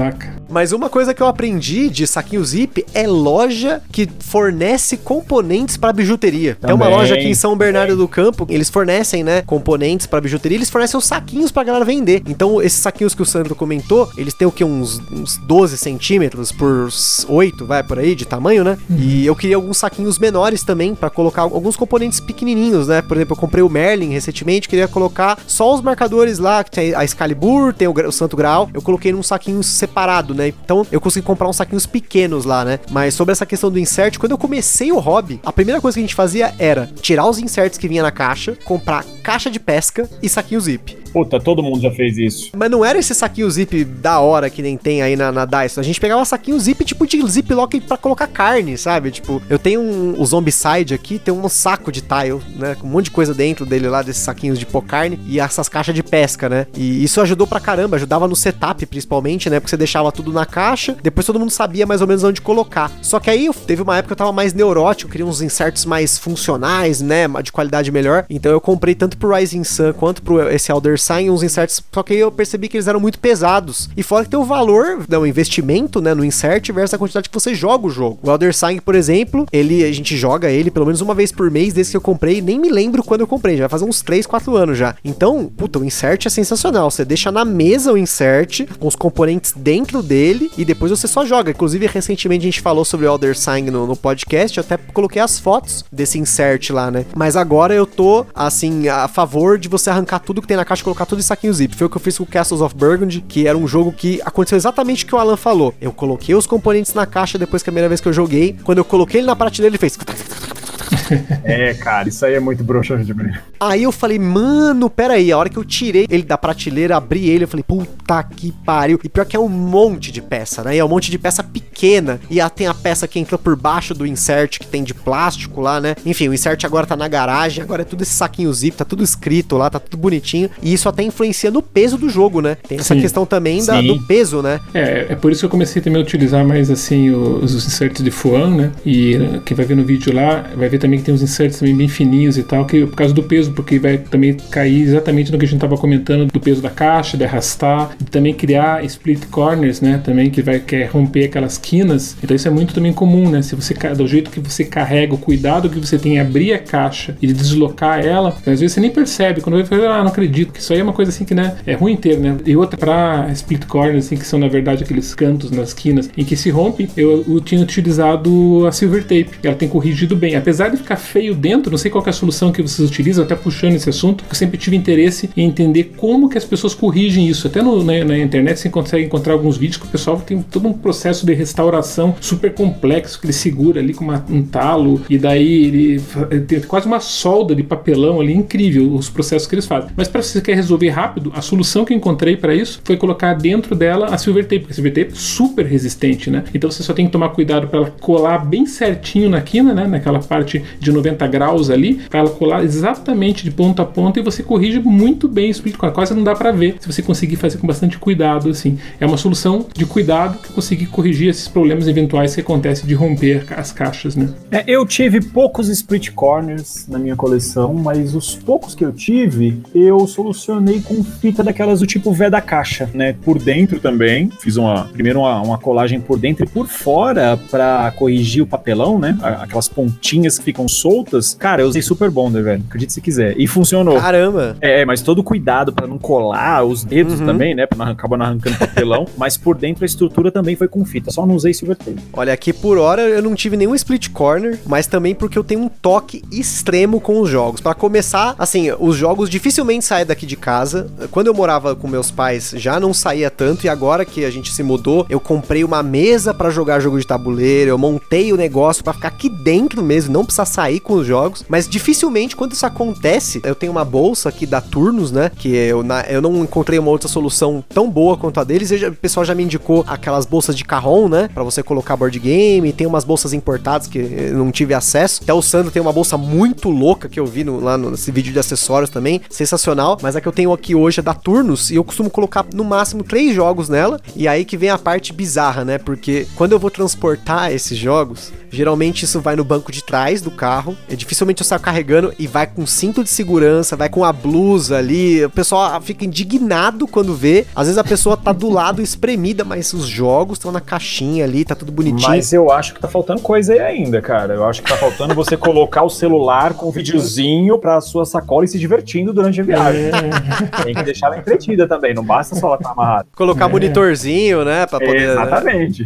Mas uma coisa que eu aprendi de saquinho zip é loja que fornece componentes pra bijuteria. Também. Tem uma loja aqui em São Bernardo também. do Campo, eles fornecem, né, componentes pra bijuteria, eles fornecem os saquinhos pra galera vender. Então, esses saquinhos que o Sandro comentou, eles têm o que? Uns, uns doze centímetros por oito, vai, por aí, de tamanho, né? Uhum. E eu queria alguns saquinhos menores também, pra colocar alguns componentes pequenininhos, né? Por exemplo, eu comprei o Merlin recentemente, queria colocar só os marcadores lá, que tem a Excalibur, tem o, o Santo Graal, eu coloquei num saquinho separado, né? Então, eu consegui comprar uns saquinhos pequenos lá, né? Mas sobre essa questão do insert, quando eu comecei o hobby, a primeira coisa que a gente fazia era tirar os inserts que vinha na caixa, comprar caixa de pesca e saquinho zip. Puta, todo mundo já fez isso. Mas não era esse saquinho zip da hora que nem tem aí na, na Dyson. A gente pegava saquinho zip tipo de ziplock pra colocar carne, sabe? Tipo, eu tenho um, o Zombicide aqui, tem um saco de tile, né? Com um monte de coisa dentro dele lá, desses saquinhos de pôr carne e essas caixas de pesca, né? E isso ajudou pra caramba, ajudava no setup principalmente, né? Porque você deixava tudo na caixa, depois todo mundo sabia mais ou menos onde colocar. Só que aí teve uma época que eu tava mais neurótico, eu queria uns inserts mais funcionais, né? De qualidade melhor. Então eu comprei tanto pro Rising Sun quanto pro esse Elder Sign uns inserts, só que aí eu percebi que eles eram muito pesados. E fora que tem o valor, né, o investimento, né, no insert versus a quantidade que você joga o jogo. O Elder Sign, por exemplo, ele, a gente joga ele pelo menos uma vez por mês desde que eu comprei, nem me lembro quando eu comprei, já vai fazer uns três, quatro anos já. Então, puta, o insert é sensacional. Você deixa na mesa o insert, com os componentes dentro dele, e depois você só joga. Inclusive, recentemente a gente falou sobre o Elder Sign no, no podcast, eu até coloquei as fotos desse insert lá, né? Mas agora eu tô, assim, a favor de você arrancar tudo que tem na caixa e colocar tudo em saquinho zip. Foi o que eu fiz com o Castles of Burgundy, que era um jogo que aconteceu exatamente o que o Alan falou. Eu coloquei os componentes na caixa depois que a primeira vez que eu joguei. Quando eu coloquei ele na prateleira, ele fez... É, cara, isso aí é muito broxante de mim. Aí eu falei, mano, pera aí, a hora que eu tirei ele da prateleira, abri ele, eu falei, puta que pariu. E pior que é um monte de peça, né? E é um monte de peça pequena. E a, tem a peça que entra por baixo do insert, que tem de plástico lá, né? Enfim, o insert agora tá na garagem, agora é tudo esse saquinho zip, tá tudo escrito lá, tá tudo bonitinho. E isso até influencia no peso do jogo, né? Tem essa Sim. questão também da, do peso, né? É, é por isso que eu comecei também a utilizar mais, assim, os, os inserts de Fuan, né? E uh, quem vai ver no vídeo lá, vai ver também que tem uns inserts também bem fininhos e tal, que por causa do peso, porque vai também cair exatamente no que a gente tava comentando, do peso da caixa, de arrastar, de também criar split corners, né, também, que vai quer romper aquelas quinas. Então isso é muito também comum, né, se você, do jeito que você carrega, o cuidado que você tem em abrir a caixa e de deslocar ela, às vezes você nem percebe, quando vai falar, ah, não acredito, que isso aí é uma coisa assim que, né, é ruim ter, né. E outra, pra split corners, assim, que são na verdade aqueles cantos nas quinas em que se rompe, eu, eu tinha utilizado a silver tape, ela tem corrigido bem, apesar de ficar feio dentro, não sei qual que é a solução que vocês utilizam, até puxando esse assunto, eu sempre tive interesse em entender como que as pessoas corrigem isso. Até no, na, na internet você consegue encontrar alguns vídeos que o pessoal tem todo um processo de restauração super complexo, que ele segura ali com uma, um talo, e daí ele, ele tem quase uma solda de papelão ali, incrível os processos que eles fazem. Mas para você quer resolver rápido, a solução que eu encontrei para isso foi colocar dentro dela a silver tape, porque a silver tape é super resistente, né? Então você só tem que tomar cuidado para ela colar bem certinho na quina, né? Naquela parte de noventa graus ali, para ela colar exatamente de ponta a ponta, e você corrige muito bem isso, quase não dá para ver se você conseguir fazer com bastante cuidado, assim. É uma solução de cuidado que conseguir corrigir esses problemas eventuais que acontecem de romper as caixas, né? É, eu tive poucos split corners na minha coleção, mas os poucos que eu tive, eu solucionei com fita daquelas do tipo V da caixa, né? Por dentro também, fiz uma, primeiro uma, uma colagem por dentro e por fora para corrigir o papelão, né? Aquelas pontinhas que ficam soltas. Cara, eu usei Super Bonder, velho. Acredite se quiser. E funcionou. Caramba! É, mas todo cuidado pra não colar os dedos uhum. também, né? Pra não acabar não arrancando papelão. Mas por dentro a estrutura também foi com fita. Só não usei silver tape. Olha, aqui por hora eu não tive nenhum split corner, mas também porque eu tenho um toque extremo com os jogos. Pra começar, assim, os jogos dificilmente saem daqui de casa. Quando eu morava com meus pais, já não saía tanto. E agora que a gente se mudou, eu comprei uma mesa pra jogar jogo de tabuleiro. Eu montei o negócio pra ficar aqui dentro mesmo, não precisar sair com os jogos. Mas dificilmente, quando isso acontece, eu tenho uma bolsa aqui da Turnos, né? Que eu, na, eu não encontrei uma outra solução tão boa quanto a deles. Já, o pessoal já me indicou aquelas bolsas de carrom, né? Pra você colocar board game. Tem umas bolsas importadas que eu não tive acesso. Até o Sandro tem uma bolsa muito louca que eu vi no, lá no, nesse vídeo de acessórios também. Sensacional. Mas a que eu tenho aqui hoje é da Turnos. E eu costumo colocar no máximo três jogos nela. E aí que vem a parte bizarra, né? Porque quando eu vou transportar esses jogos, Geralmente isso vai no banco de trás do carro. É, dificilmente eu saio carregando e vai com cinto de segurança, vai com a blusa ali. O pessoal fica indignado quando vê. Às vezes a pessoa tá do lado espremida, mas os jogos estão na caixinha ali, tá tudo bonitinho. Mas eu acho que tá faltando coisa aí ainda, cara. Eu acho que tá faltando você colocar o celular com um videozinho pra sua sacola e se divertindo durante a viagem. É. Tem que deixar ela entretida também, não basta só ela estar amarrada. Colocar é. monitorzinho, né, pra poder... Exatamente.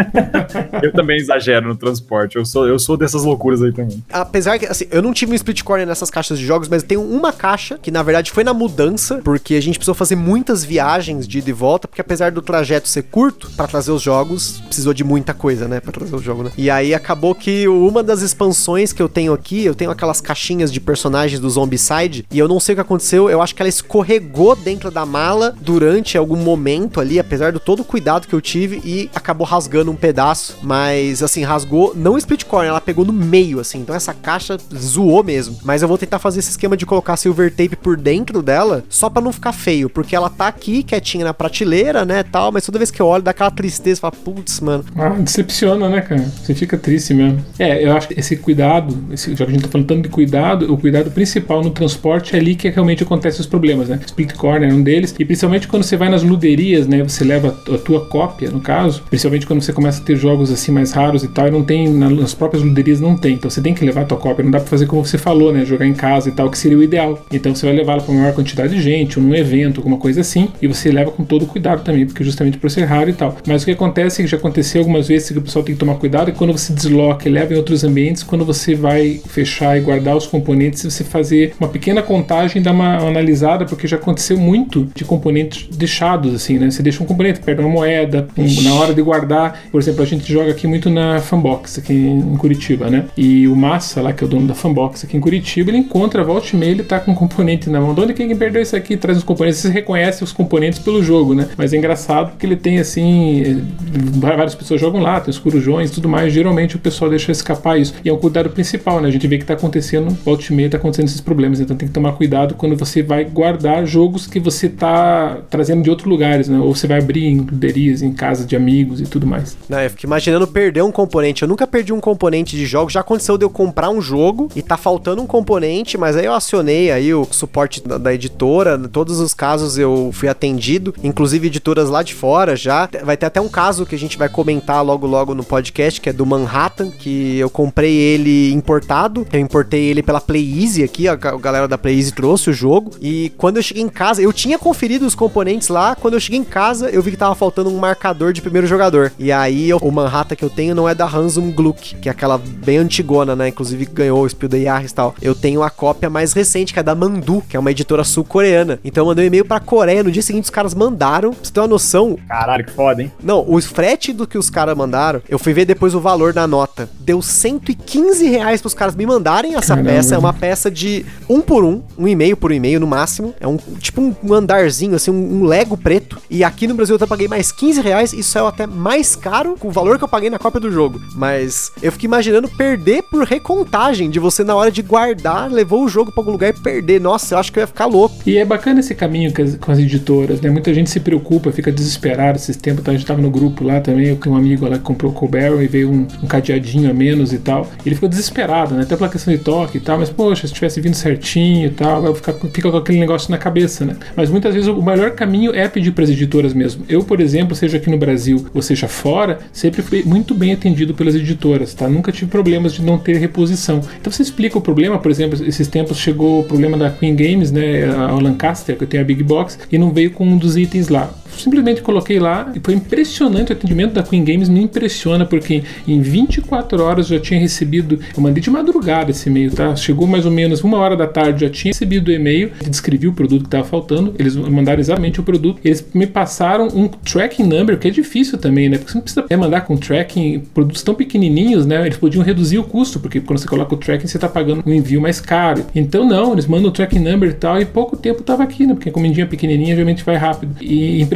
Né? Eu também exagero no transporte, eu sou, eu sou dessas loucuras aí também. Apesar que, assim, eu não tive um split corner nessas caixas de jogos, mas tem uma caixa que, na verdade, foi na mudança, porque a gente precisou fazer muitas viagens de ida e volta, porque apesar do trajeto ser curto, pra trazer os jogos, precisou de muita coisa, né, pra trazer o jogo, né? E aí acabou que uma das expansões que eu tenho aqui, eu tenho aquelas caixinhas de personagens do Zombicide, e eu não sei o que aconteceu, eu acho que ela escorregou dentro da mala durante algum momento ali, apesar do todo o cuidado que eu tive, e acabou rasgando um pedaço, mas assim, rasgou, não split corner, ela pegou no meio, assim, então essa caixa zoou mesmo, mas eu vou tentar fazer esse esquema de colocar silver tape por dentro dela, só pra não ficar feio, porque ela tá aqui, quietinha na prateleira, né, tal, mas toda vez que eu olho, dá aquela tristeza, fala, putz, mano. Ah, decepciona, né, cara? Você fica triste mesmo. É, eu acho que esse cuidado, esse, já que a gente tá falando tanto de cuidado, o cuidado principal no transporte é ali que realmente acontecem os problemas, né? Split corner é um deles, e principalmente quando você vai nas luderias, né, você leva a tua cópia, no caso, principalmente quando você começa a ter jogos assim mais raros e tal, e não tem, nas próprias luderias não tem, então você tem que levar a tua cópia, não dá pra fazer como você falou, né, jogar em casa e tal, que seria o ideal. Então você vai levar ela pra maior quantidade de gente, ou num evento, alguma coisa assim, e você leva com todo cuidado também, porque justamente por ser raro e tal. Mas o que acontece, que já aconteceu algumas vezes, que o pessoal tem que tomar cuidado, é quando você desloca e leva em outros ambientes, quando você vai fechar e guardar os componentes, você fazer uma pequena contagem e dar uma analisada, porque já aconteceu muito de componentes deixados, assim, né? Você deixa um componente, perde uma moeda, um, na hora de guardar, por exemplo, a gente joga aqui muito na Fanbox, aqui em Curitiba, né? E o Massa, lá, que é o dono da Fanbox aqui em Curitiba, ele encontra, volta e meia, ele tá com um componente na mão. De onde quem perdeu isso aqui? Traz os componentes, você reconhece os componentes pelo jogo, né? Mas é engraçado porque ele tem, assim, várias pessoas jogam lá, tem os corujões e tudo mais, geralmente o pessoal deixa escapar isso. E é um cuidado principal, né? A gente vê que tá acontecendo, volta e meia, tá acontecendo esses problemas, então tem que tomar cuidado quando você vai guardar jogos que você tá trazendo de outros lugares, né? Ou você vai abrir em luderias, em casa de amigos e tudo mais. Não, eu fico imaginando perder um componente. Eu nunca perdi um componente de jogo. Já aconteceu de eu comprar um jogo e tá faltando um componente, mas aí eu acionei aí o suporte da, da editora. Em todos os casos eu fui atendido, inclusive editoras lá de fora já. Vai ter até um caso que a gente vai comentar logo logo no podcast, que é do Manhattan, que eu comprei ele importado. Eu importei ele pela PlayEasy aqui, a galera da PlayEasy trouxe o jogo. E quando eu cheguei em casa, eu tinha conferido os componentes lá. Quando eu cheguei em casa, eu vi que tava faltando um marcador de primeiro jogador. E aí, eu, o Manhattan que eu tenho não é da Hansum Gluck, que é aquela bem antigona, né? Inclusive ganhou o Spiel des Jahres e tal. Eu tenho a cópia mais recente, que é da Mandu, que é uma editora sul-coreana. Então eu mandei um e-mail pra Coreia. No dia seguinte, os caras mandaram. Pra você ter uma noção... Caralho, que foda, hein? Não, o frete do que os caras mandaram, eu fui ver depois o valor da nota. Deu cento e quinze reais pros caras me mandarem essa Caramba. peça. É uma peça de um por um, um e-mail por um e-mail no máximo. É um tipo um andarzinho, assim, um, um Lego preto. E aqui no Brasil eu até paguei mais quinze reais. Isso é até mais caro com o valor que eu paguei na cópia do jogo. Mas eu fiquei imaginando perder por recontagem, de você na hora de guardar, levou o jogo pra algum lugar e perder. Nossa, eu acho que eu ia ficar louco. E é bacana esse caminho com as, com as editoras, né? Muita gente se preocupa, fica desesperado esses tempos. Tá? A gente tava no grupo lá também, eu tenho um amigo lá que comprou o Cold e veio um, um cadeadinho a menos e tal. Ele ficou desesperado, né? Até pela questão de toque e tal, mas poxa, se tivesse vindo certinho e tal, vai ficar, fica com aquele negócio na cabeça, né? Mas muitas vezes o melhor caminho é pedir para as editoras mesmo. Eu, por exemplo, seja aqui no Brasil ou seja fora, sempre fui muito bem atendido pelas editoras, tá? Nunca tive problemas de não ter reposição. Então você explica o problema, por exemplo, esses tempos chegou o problema da Queen Games, né? A Lancaster, que eu tenho a Big Box, e não veio com um dos itens lá. Simplesmente coloquei lá e foi impressionante. O atendimento da Queen Games me impressiona, porque em vinte e quatro horas eu já tinha recebido, eu mandei de madrugada esse e-mail, tá? Chegou mais ou menos uma hora da tarde, já tinha recebido o e-mail, descrevi o produto que estava faltando, eles mandaram exatamente o produto, eles me passaram um tracking number, que é difícil também, né? Porque você não precisa mandar com tracking produtos tão pequenininhos, né? Eles podiam reduzir o custo, porque quando você coloca o tracking você está pagando um envio mais caro. Então não, eles mandam o tracking number e tal, e pouco tempo estava aqui, né? Porque a encomendinha pequenininha geralmente vai rápido. E impressionante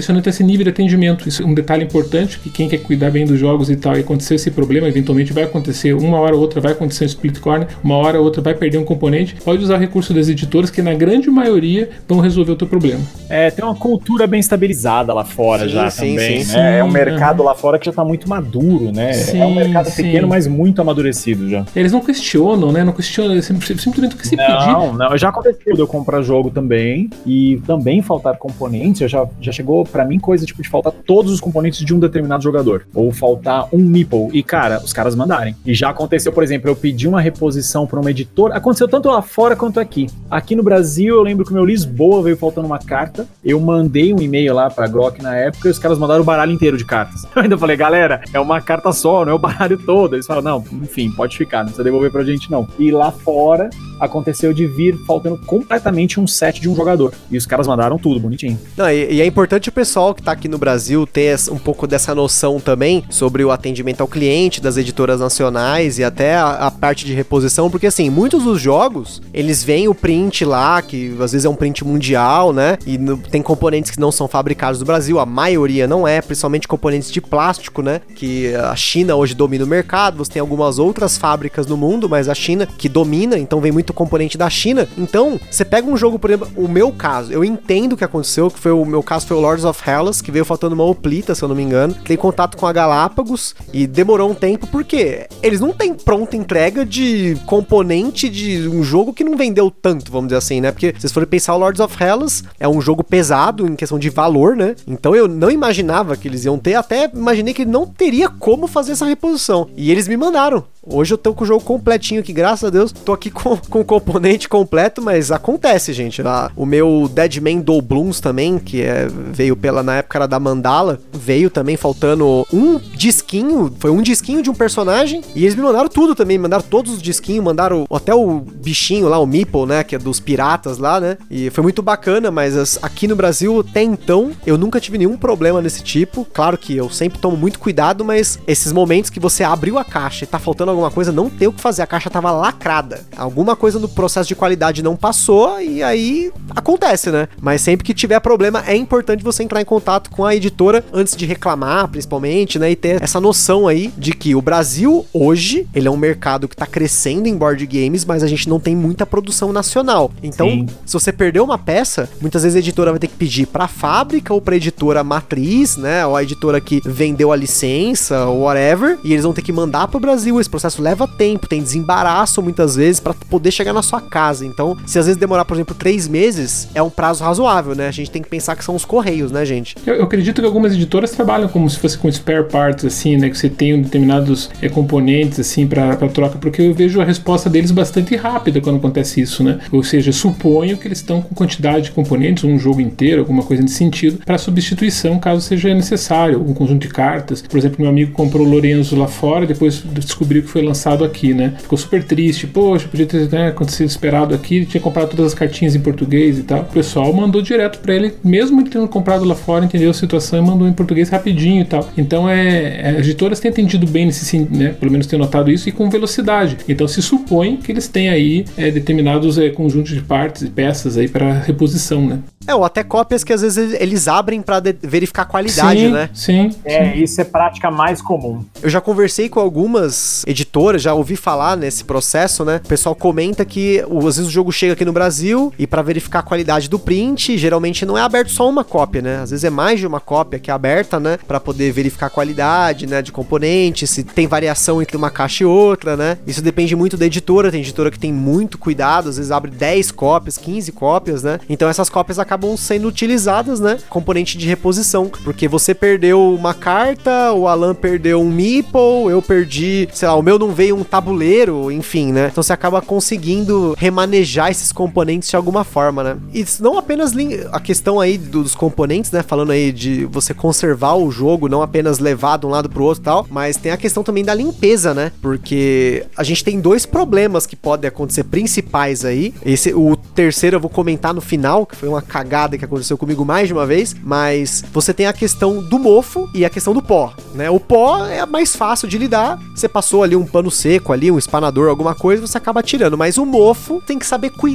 impressionante esse nível de atendimento. Isso é um detalhe importante, que quem quer cuidar bem dos jogos e tal, e acontecer esse problema, eventualmente vai acontecer, uma hora ou outra vai acontecer um split corner, uma hora ou outra vai perder um componente, pode usar o recurso das editoras, que na grande maioria vão resolver o teu problema. É, tem uma cultura bem estabilizada lá fora sim, já sim, também, sim, né? sim, é um mercado uhum. lá fora que já tá muito maduro, né? Sim, é um mercado sim. pequeno, mas muito amadurecido já. Eles não questionam, né? Não questionam, simplesmente o que se pedir. Não, não, já aconteceu de eu comprar jogo também, e também faltar componentes, já, já chegou pra mim coisa tipo de faltar todos os componentes de um determinado jogador, ou faltar um meeple, e cara, os caras mandarem. E já aconteceu, por exemplo, eu pedi uma reposição pra uma editora, aconteceu tanto lá fora quanto aqui. Aqui no Brasil, eu lembro que o meu Lisboa veio faltando uma carta, eu mandei um e-mail lá pra Grok na época, e os caras mandaram o baralho inteiro de cartas. Eu ainda falei, galera, é uma carta só, não é o baralho todo. Eles falaram, não, enfim, pode ficar, não precisa devolver pra gente não. E lá fora, aconteceu de vir faltando completamente um set de um jogador. E os caras mandaram tudo, bonitinho. Não, e, e é importante o pessoal que tá aqui no Brasil ter um pouco dessa noção também sobre o atendimento ao cliente das editoras nacionais e até a, a parte de reposição, porque assim, muitos dos jogos, eles veem o print lá, que às vezes é um print mundial, né? E no, tem componentes que não são fabricados no Brasil, a maioria não é, principalmente componentes de plástico, né? Que a China hoje domina o mercado, você tem algumas outras fábricas no mundo, mas a China que domina, então vem muito componente da China. Então, você pega um jogo, por exemplo, o meu caso, eu entendo o que aconteceu, que foi o meu caso foi o Lords of Hellas, que veio faltando uma oplita, se eu não me engano. Tem contato com a Galápagos e demorou um tempo, porque eles não têm pronta entrega de componente de um jogo que não vendeu tanto, vamos dizer assim, né? Porque se vocês forem pensar, o Lords of Hellas é um jogo pesado em questão de valor, né? Então eu não imaginava que eles iam ter, até imaginei que não teria como fazer essa reposição. E eles me mandaram. Hoje eu tô com o jogo completinho aqui, graças a Deus. Tô aqui com, com o componente completo, mas acontece, gente. Ah, o meu Deadman Doubloons também, que é, veio pela, na época era da Mandala, veio também faltando um disquinho, foi um disquinho de um personagem, e eles me mandaram tudo também, mandaram todos os disquinhos, mandaram até o bichinho lá, o Meeple, né, que é dos piratas lá, né, e foi muito bacana, mas as, aqui no Brasil, até então, eu nunca tive nenhum problema nesse tipo. Claro que eu sempre tomo muito cuidado, mas esses momentos que você abriu a caixa e tá faltando alguma coisa, não tem o que fazer, a caixa tava lacrada, alguma coisa no processo de qualidade não passou, e aí acontece, né? Mas sempre que tiver problema, é importante você entrar em contato com a editora antes de reclamar, principalmente, né? E ter essa noção aí de que o Brasil, hoje, ele é um mercado que tá crescendo em board games, mas a gente não tem muita produção nacional. Então, sim, se você perdeu uma peça, muitas vezes a editora vai ter que pedir pra fábrica ou pra editora matriz, né? Ou a editora que vendeu a licença, ou whatever, e eles vão ter que mandar pro Brasil. Esse processo leva tempo, tem desembaraço muitas vezes pra poder chegar na sua casa. Então, se às vezes demorar, por exemplo, três meses, é um prazo razoável, né? A gente tem que pensar que são os correios, né, gente? Eu, eu acredito que algumas editoras trabalham como se fosse com spare parts, assim, né? Que você tem determinados é, componentes, assim, pra, pra troca, porque eu vejo a resposta deles bastante rápida quando acontece isso, né? Ou seja, suponho que eles estão com quantidade de componentes, um jogo inteiro, alguma coisa nesse sentido, para substituição, caso seja necessário, um conjunto de cartas. Por exemplo, meu amigo comprou o Lorenzo lá fora, depois descobriu que foi lançado aqui, né? Ficou super triste, poxa, podia ter, né, acontecido esperado aqui, ele tinha comprado todas as cartinhas em português e tal. O pessoal mandou direto pra ele, mesmo ele tendo comprado lá fora, entendeu a situação e mandou em português rapidinho e tal. Então, é, é, as editoras têm atendido bem nesse sentido, né? Pelo menos têm notado isso, e com velocidade. Então, se supõe que eles têm aí é, determinados é, conjuntos de partes e peças aí para reposição, né? É, ou até cópias que às vezes eles abrem pra de- verificar a qualidade, sim, né? Sim, É, sim. isso é prática mais comum. Eu já conversei com algumas editoras, já ouvi falar nesse processo, né? O pessoal comenta que o, às vezes o jogo chega aqui no Brasil e pra verificar a qualidade do print, geralmente não é aberto só uma cópia, né? Às vezes é mais de uma cópia que é aberta, né? Pra poder verificar a qualidade, né? De componentes, se tem variação entre uma caixa e outra, né? Isso depende muito da editora. Tem editora que tem muito cuidado, às vezes abre dez cópias, quinze cópias, né? Então essas cópias acabam sendo utilizadas, né? Componente de reposição, porque você perdeu uma carta, o Alan perdeu um meeple, eu perdi, sei lá, o meu não veio um tabuleiro, enfim, né? Então você acaba conseguindo remanejar esses componentes de alguma forma, né? E não apenas a questão aí dos componentes, né? Falando aí de você conservar o jogo, não apenas levar de um lado pro outro e tal, mas tem a questão também da limpeza, né? Porque a gente tem dois problemas que podem acontecer principais aí. Esse, o terceiro eu vou comentar no final, que foi uma cagada que aconteceu comigo mais de uma vez, mas você tem a questão do mofo e a questão do pó, né? O pó é mais fácil de lidar, você passou ali um pano seco ali, um espanador, alguma coisa, você acaba tirando, mas o mofo tem que saber cuidar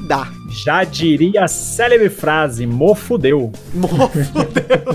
Já diria a célebre frase, mofudeu. Mofudeu.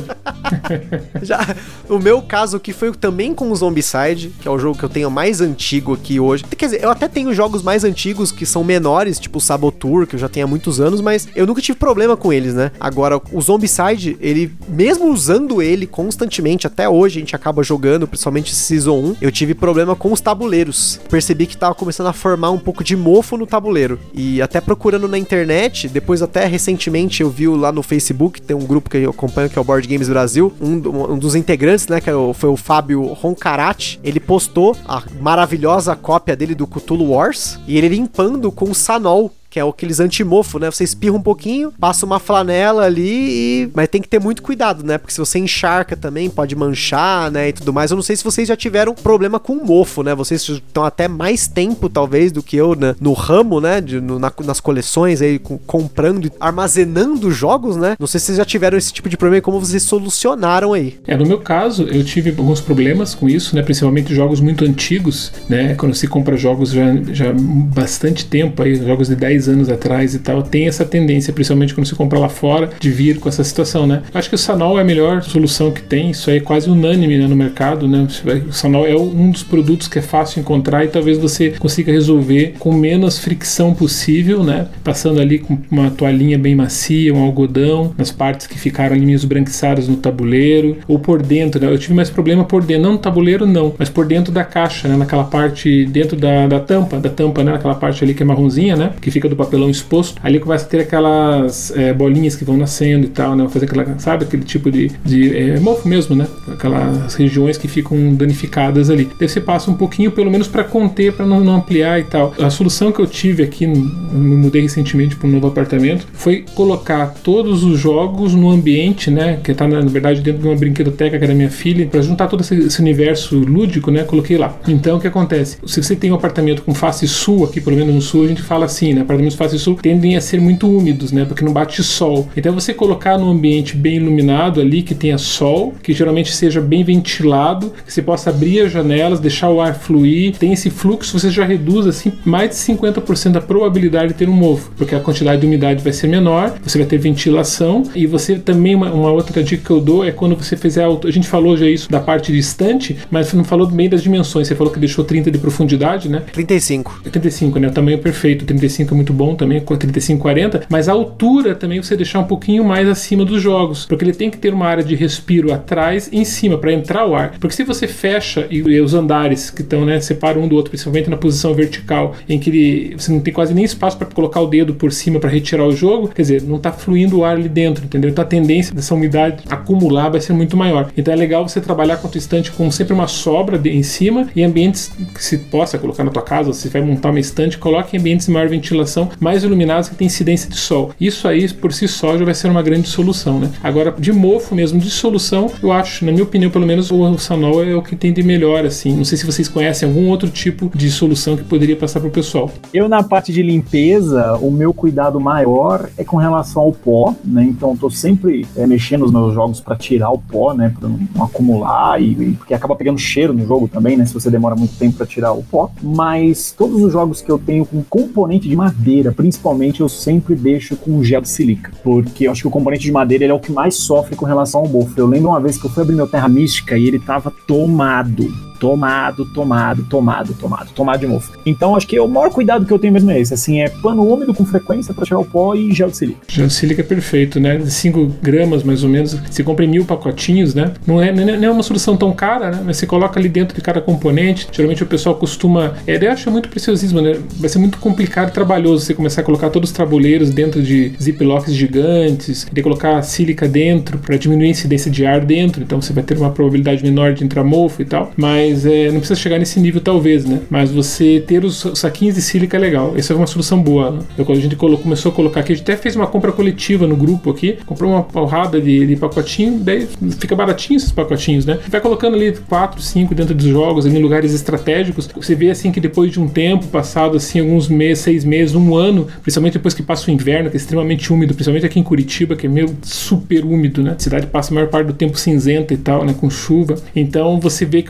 Já, o meu caso que foi também com o Zombicide, que é o jogo que eu tenho mais antigo aqui hoje. Quer dizer, eu até tenho jogos mais antigos que são menores, tipo o Saboteur, que eu já tenho há muitos anos, mas eu nunca tive problema com eles, né? Agora, o Zombicide, ele, mesmo usando ele constantemente, até hoje a gente acaba jogando, principalmente Season um, eu tive problema com os tabuleiros. Percebi que tava começando a formar um pouco de mofo no tabuleiro. E até procurando na internet, depois até recentemente eu vi lá no Facebook, tem um grupo que eu acompanho que é o Board Games Brasil, um, um dos integrantes, né, que foi o Fábio Roncarati, ele postou a maravilhosa cópia dele do Cthulhu Wars, e ele limpando com o Sanol, que é aqueles antimofo, né? Você espirra um pouquinho, passa uma flanela ali e... Mas tem que ter muito cuidado, né? Porque se você encharca também, pode manchar, né? E tudo mais. Eu não sei se vocês já tiveram problema com mofo, né? Vocês estão até mais tempo, talvez, do que eu né? no ramo, né? De, no, na, nas coleções aí, com, comprando e armazenando jogos, né? Não sei se vocês já tiveram esse tipo de problema e como vocês solucionaram aí. É, no meu caso, eu tive alguns problemas com isso, né? Principalmente jogos muito antigos, né? Quando se compra jogos já, já há bastante tempo, aí, jogos de dez anos atrás e tal, tem essa tendência, principalmente quando se compra lá fora, de vir com essa situação, né? Acho que o Sanol é a melhor solução que tem, isso aí é quase unânime, né, no mercado, né? O Sanol é um dos produtos que é fácil encontrar e talvez você consiga resolver com menos fricção possível, né? Passando ali com uma toalhinha bem macia, um algodão, nas partes que ficaram ali meio esbranquiçadas no tabuleiro, ou por dentro, né? Eu tive mais problema por dentro, não no tabuleiro não, mas por dentro da caixa, né? Naquela parte, dentro da, da tampa, da tampa, né? Naquela parte ali que é marronzinha, né? Que fica do papelão exposto, ali começa a ter aquelas é, bolinhas que vão nascendo e tal, né? Fazer aquela, sabe, aquele tipo de, de é, mofo mesmo, né? Aquelas regiões que ficam danificadas ali. Daí você passa um pouquinho, pelo menos para conter, para não, não ampliar e tal. A solução que eu tive aqui, eu me mudei recentemente para um novo apartamento, foi colocar todos os jogos no ambiente, né? Que tá na verdade dentro de uma brinquedoteca que era minha filha, para juntar todo esse, esse universo lúdico, né? Coloquei lá. Então o que acontece? Se você tem um apartamento com face sul, aqui pelo menos no sul a gente fala assim, né? Apartamentos face sul tendem a ser muito úmidos, né? Porque não bate sol. Então você colocar num ambiente bem iluminado ali, que tenha sol, que geralmente seja bem ventilado, que você possa abrir as janelas, deixar o ar fluir, tem esse fluxo, você já reduz assim mais de cinquenta por cento da probabilidade de ter um mofo, porque a quantidade de umidade vai ser menor, você vai ter ventilação e você também, uma, uma outra dica que eu dou é quando você fizer, a gente falou já isso da parte de estante, mas não falou bem das dimensões, você falou que deixou trinta de profundidade, né? trinta e cinco. trinta e cinco, né? O tamanho perfeito, trinta e cinco é muito bom também, com trinta e cinco, quarenta, mas a altura também você deixar um pouquinho mais acima dos jogos, porque ele tem que ter uma área de respiro atrás e em cima, para entrar o ar, porque se você fecha e, e os andares que estão, né, separam um do outro, principalmente na posição vertical, em que ele, você não tem quase nem espaço para colocar o dedo por cima para retirar o jogo, quer dizer, não está fluindo o ar ali dentro, entendeu? Então a tendência dessa umidade acumular vai ser muito maior. Então é legal você trabalhar com o estante com sempre uma sobra de, em cima, e ambientes que se possa colocar na tua casa, se vai montar uma estante, coloque em ambientes de maior ventilação, mais iluminados, que tem incidência de sol. Isso aí, por si só, já vai ser uma grande solução, né? Agora, de mofo mesmo, de solução, eu acho, na minha opinião, pelo menos, o Sanol é o que tem de melhor, assim. Não sei se vocês conhecem algum outro tipo de solução que poderia passar pro pessoal. Eu, na parte de limpeza, o meu cuidado maior é com relação ao pó, né? Então, eu tô sempre é, mexendo nos meus jogos para tirar o pó, né? Para não acumular, e, e porque acaba pegando cheiro no jogo também, né? Se você demora muito tempo para tirar o pó. Mas todos os jogos que eu tenho com componente de madeira, principalmente, eu sempre deixo com gel de silica, porque eu acho que o componente de madeira ele é o que mais sofre com relação ao mofo. Eu lembro uma vez que eu fui abrir meu Terra Mística e ele tava tomado. Tomado, tomado, tomado, tomado, tomado de mofo. Então acho que o maior cuidado que eu tenho mesmo é esse, assim, é pano úmido com frequência para tirar o pó e gel de silica. Gel de silica é perfeito, né? cinco gramas mais ou menos, você compra em mil pacotinhos, né? Não é, não é uma solução tão cara, né? Mas você coloca ali dentro de cada componente, geralmente o pessoal costuma, é, eu acho muito preciosismo, né? Vai ser muito complicado e trabalhoso você começar a colocar todos os tabuleiros dentro de ziplocks gigantes, e colocar sílica dentro para diminuir a incidência de ar dentro, então você vai ter uma probabilidade menor de entrar mofo e tal, mas Mas é, não precisa chegar nesse nível talvez, né? Mas você ter os, os saquinhos de sílica é legal. Essa é uma solução boa, né? Eu, quando a gente colocou, começou a colocar aqui, a gente até fez uma compra coletiva no grupo aqui, comprou uma porrada de, de pacotinho, daí fica baratinho esses pacotinhos, né? Vai colocando ali quatro, cinco dentro dos jogos, ali em lugares estratégicos. Você vê assim que depois de um tempo, passado assim alguns meses, seis meses, um ano, principalmente depois que passa o inverno, que é extremamente úmido, principalmente aqui em Curitiba, que é meio super úmido, né? A cidade passa a maior parte do tempo cinzenta e tal, né? Com chuva. Então você vê que o saquinho vai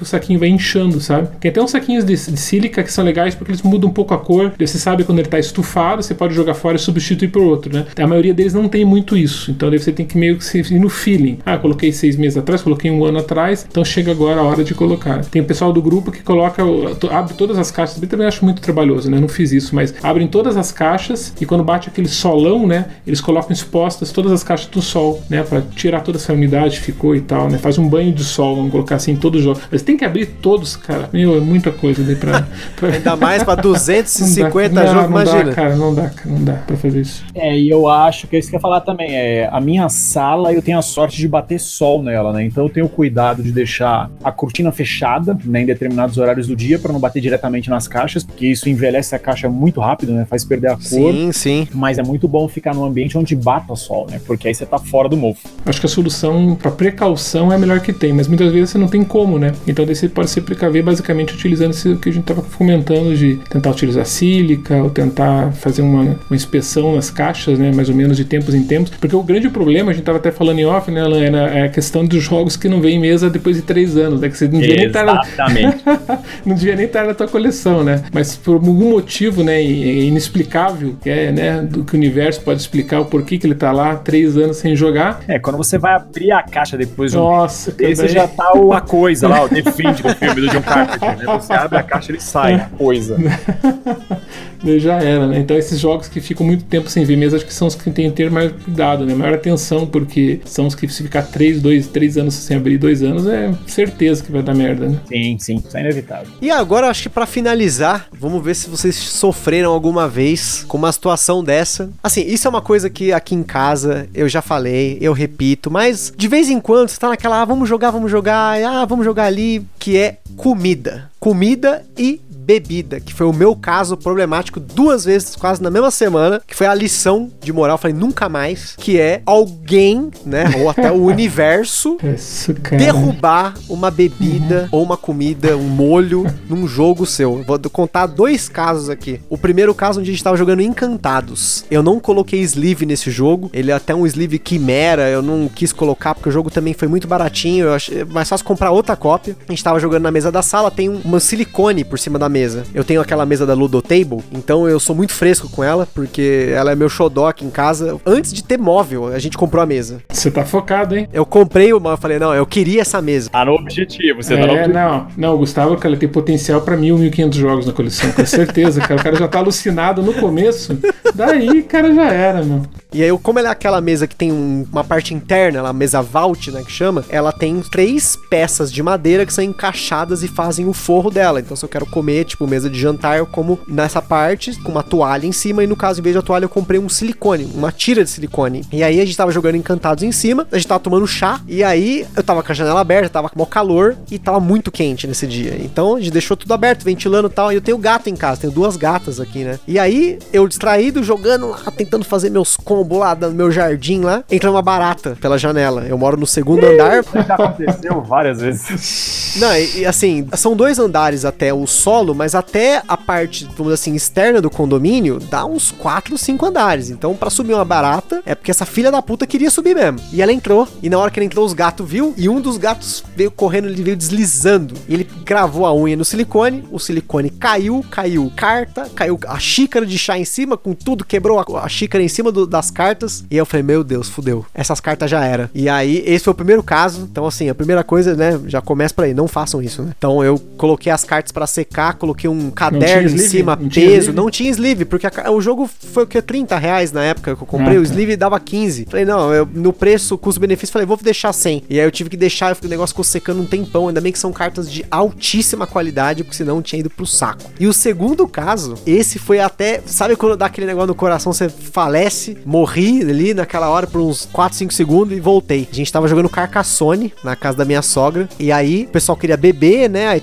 vai inchando, sabe? Tem até uns saquinhos de, de sílica que são legais porque eles mudam um pouco a cor. Você sabe quando ele tá estufado, você pode jogar fora e substituir por outro, né? A maioria deles não tem muito isso. Então daí você tem que meio que se ir no feeling. Ah, coloquei seis meses atrás, coloquei um ano atrás, então chega agora a hora de colocar. Tem o pessoal do grupo que coloca, abre todas as caixas. Eu também acho muito trabalhoso, né? Não fiz isso, mas abrem todas as caixas e quando bate aquele solão, né? Eles colocam expostas todas as caixas do sol, né? Pra tirar toda essa umidade, ficou e tal, né? Faz um banho de sol, vamos colocar assim, todos os jogos. Mas tem que abrir todos, cara. Meu, é muita coisa daí pra... pra... Ainda mais pra duzentos e cinquenta não jogos, não imagina. Dá, cara, não dá, cara, não dá pra fazer isso. É, e eu acho que é isso que eu ia falar também. É, a minha sala, eu tenho a sorte de bater sol nela, né? Então eu tenho cuidado de deixar a cortina fechada, né, em determinados horários do dia, pra não bater diretamente nas caixas, porque isso envelhece a caixa muito rápido, né? Faz perder a cor. Sim, sim. Mas é muito bom ficar num ambiente onde bata sol, né? Porque aí você tá fora do mofo. Acho que a solução pra precaução é a melhor que tem, mas muitas vezes você não tem como, né? Então daí você pode se precaver basicamente utilizando isso que a gente tava comentando, de tentar utilizar sílica ou tentar fazer uma, uma inspeção nas caixas, né? Mais ou menos de tempos em tempos. Porque o grande problema, a gente tava até falando em off, né, Alan, é a questão dos jogos que não vem em mesa depois de três anos, né? Que você não devia nem estar na... não devia nem estar na tua coleção, né? Mas por algum motivo, né, inexplicável, que é, né, do que o universo pode explicar o porquê que ele tá lá três anos sem jogar. É, quando você vai abrir a caixa depois de um... Nossa, tempo, esse daí... já tá uma coisa lá, o The Fiend do filme do John Carpenter, né? Você abre a caixa e ele sai, a coisa. Já era, né? Então esses jogos que ficam muito tempo sem ver mesa, acho que são os que tem que ter mais cuidado, né? Maior atenção, porque são os que se ficar três, dois, três anos sem abrir, dois anos, é certeza que vai dar merda, né? Sim, sim, isso é inevitável. E agora, acho que pra finalizar, vamos ver se vocês sofreram alguma vez com uma situação dessa. Assim, isso é uma coisa que aqui em casa eu já falei, eu repito, mas de vez em quando você tá naquela, ah, vamos jogar, vamos jogar, ah, vamos jogar ali, que é comida. Comida e bebida, que foi o meu caso problemático duas vezes, quase na mesma semana, que foi a lição de moral, eu falei, nunca mais, que é alguém, né, ou até o universo, Isso, derrubar uma bebida ou uma comida, um molho, num jogo seu. Vou contar dois casos aqui. O primeiro caso, onde a gente tava jogando Encantados. Eu não coloquei sleeve nesse jogo, ele é até um sleeve quimera, eu não quis colocar, porque o jogo também foi muito baratinho, eu achei mais fácil comprar outra cópia. A gente tava jogando na mesa da sala, tem um, uma silicone por cima da mesa. Eu tenho aquela mesa da Ludotable, então eu sou muito fresco com ela, porque ela é meu xodó aqui em casa. Antes de ter móvel, a gente comprou a mesa. Você tá focado, hein? Eu comprei uma, eu falei, não, eu queria essa mesa. Tá no objetivo, você é, tá no objetivo. Não, não, o Gustavo, cara, tem potencial pra mil, mil e quinhentos jogos na coleção, com certeza, cara. O cara já tá alucinado no começo, daí, cara, já era, meu. E aí, como ela é aquela mesa que tem um, uma parte interna, ela, a mesa vault, né, que chama, ela tem três peças de madeira que são encaixadas e fazem o forro dela. Então, se eu quero comer, tipo, mesa de jantar, eu como nessa parte, com uma toalha em cima, e no caso, em vez de toalha, eu comprei um silicone, uma tira de silicone. E aí, a gente tava jogando Encantados em cima, a gente tava tomando chá, e aí, eu tava com a janela aberta, tava com o maior calor, e tava muito quente nesse dia. Então, a gente deixou tudo aberto, ventilando e tal, e eu tenho gato em casa, tenho duas gatas aqui, né? E aí, eu distraído, jogando lá, tentando fazer meus combos lá, no meu jardim lá, entra uma barata pela janela. Eu moro no segundo andar. Isso já aconteceu várias vezes. Não, e, e assim, são dois andares até o solo, mas até a parte, vamos dizer assim, externa do condomínio, dá uns quatro, cinco andares. Então, pra subir uma barata, é porque essa filha da puta queria subir mesmo. E ela entrou, e na hora que ela entrou, os gatos viu, e um dos gatos veio correndo, ele veio deslizando. E ele gravou a unha no silicone, o silicone caiu, caiu carta, caiu a xícara de chá em cima, com tudo, quebrou a, a xícara em cima do, das cartas. E eu falei, meu Deus, fudeu. Essas cartas já era. E aí, esse foi o primeiro caso. Então, assim, a primeira coisa, né, já começa por aí. Não façam isso, né? Então, eu coloquei as cartas pra secar, coloquei um caderno em cima, não peso. Não tinha sleeve, porque a, o jogo foi o que? trinta reais na época que eu comprei. Ah, o sleeve dava quinze. Falei, não, eu, no preço, custo-benefício, falei, vou deixar cem. E aí eu tive que deixar, o negócio ficou secando um tempão. Ainda bem que são cartas de altíssima qualidade, porque senão tinha ido pro saco. E o segundo caso, esse foi até, sabe quando dá aquele negócio no coração, você falece, morri ali naquela hora por uns quatro, cinco segundos e voltei. A gente tava jogando Carcassonne na casa da minha sogra, e aí o pessoal queria beber, né? Aí tinha uma cerveja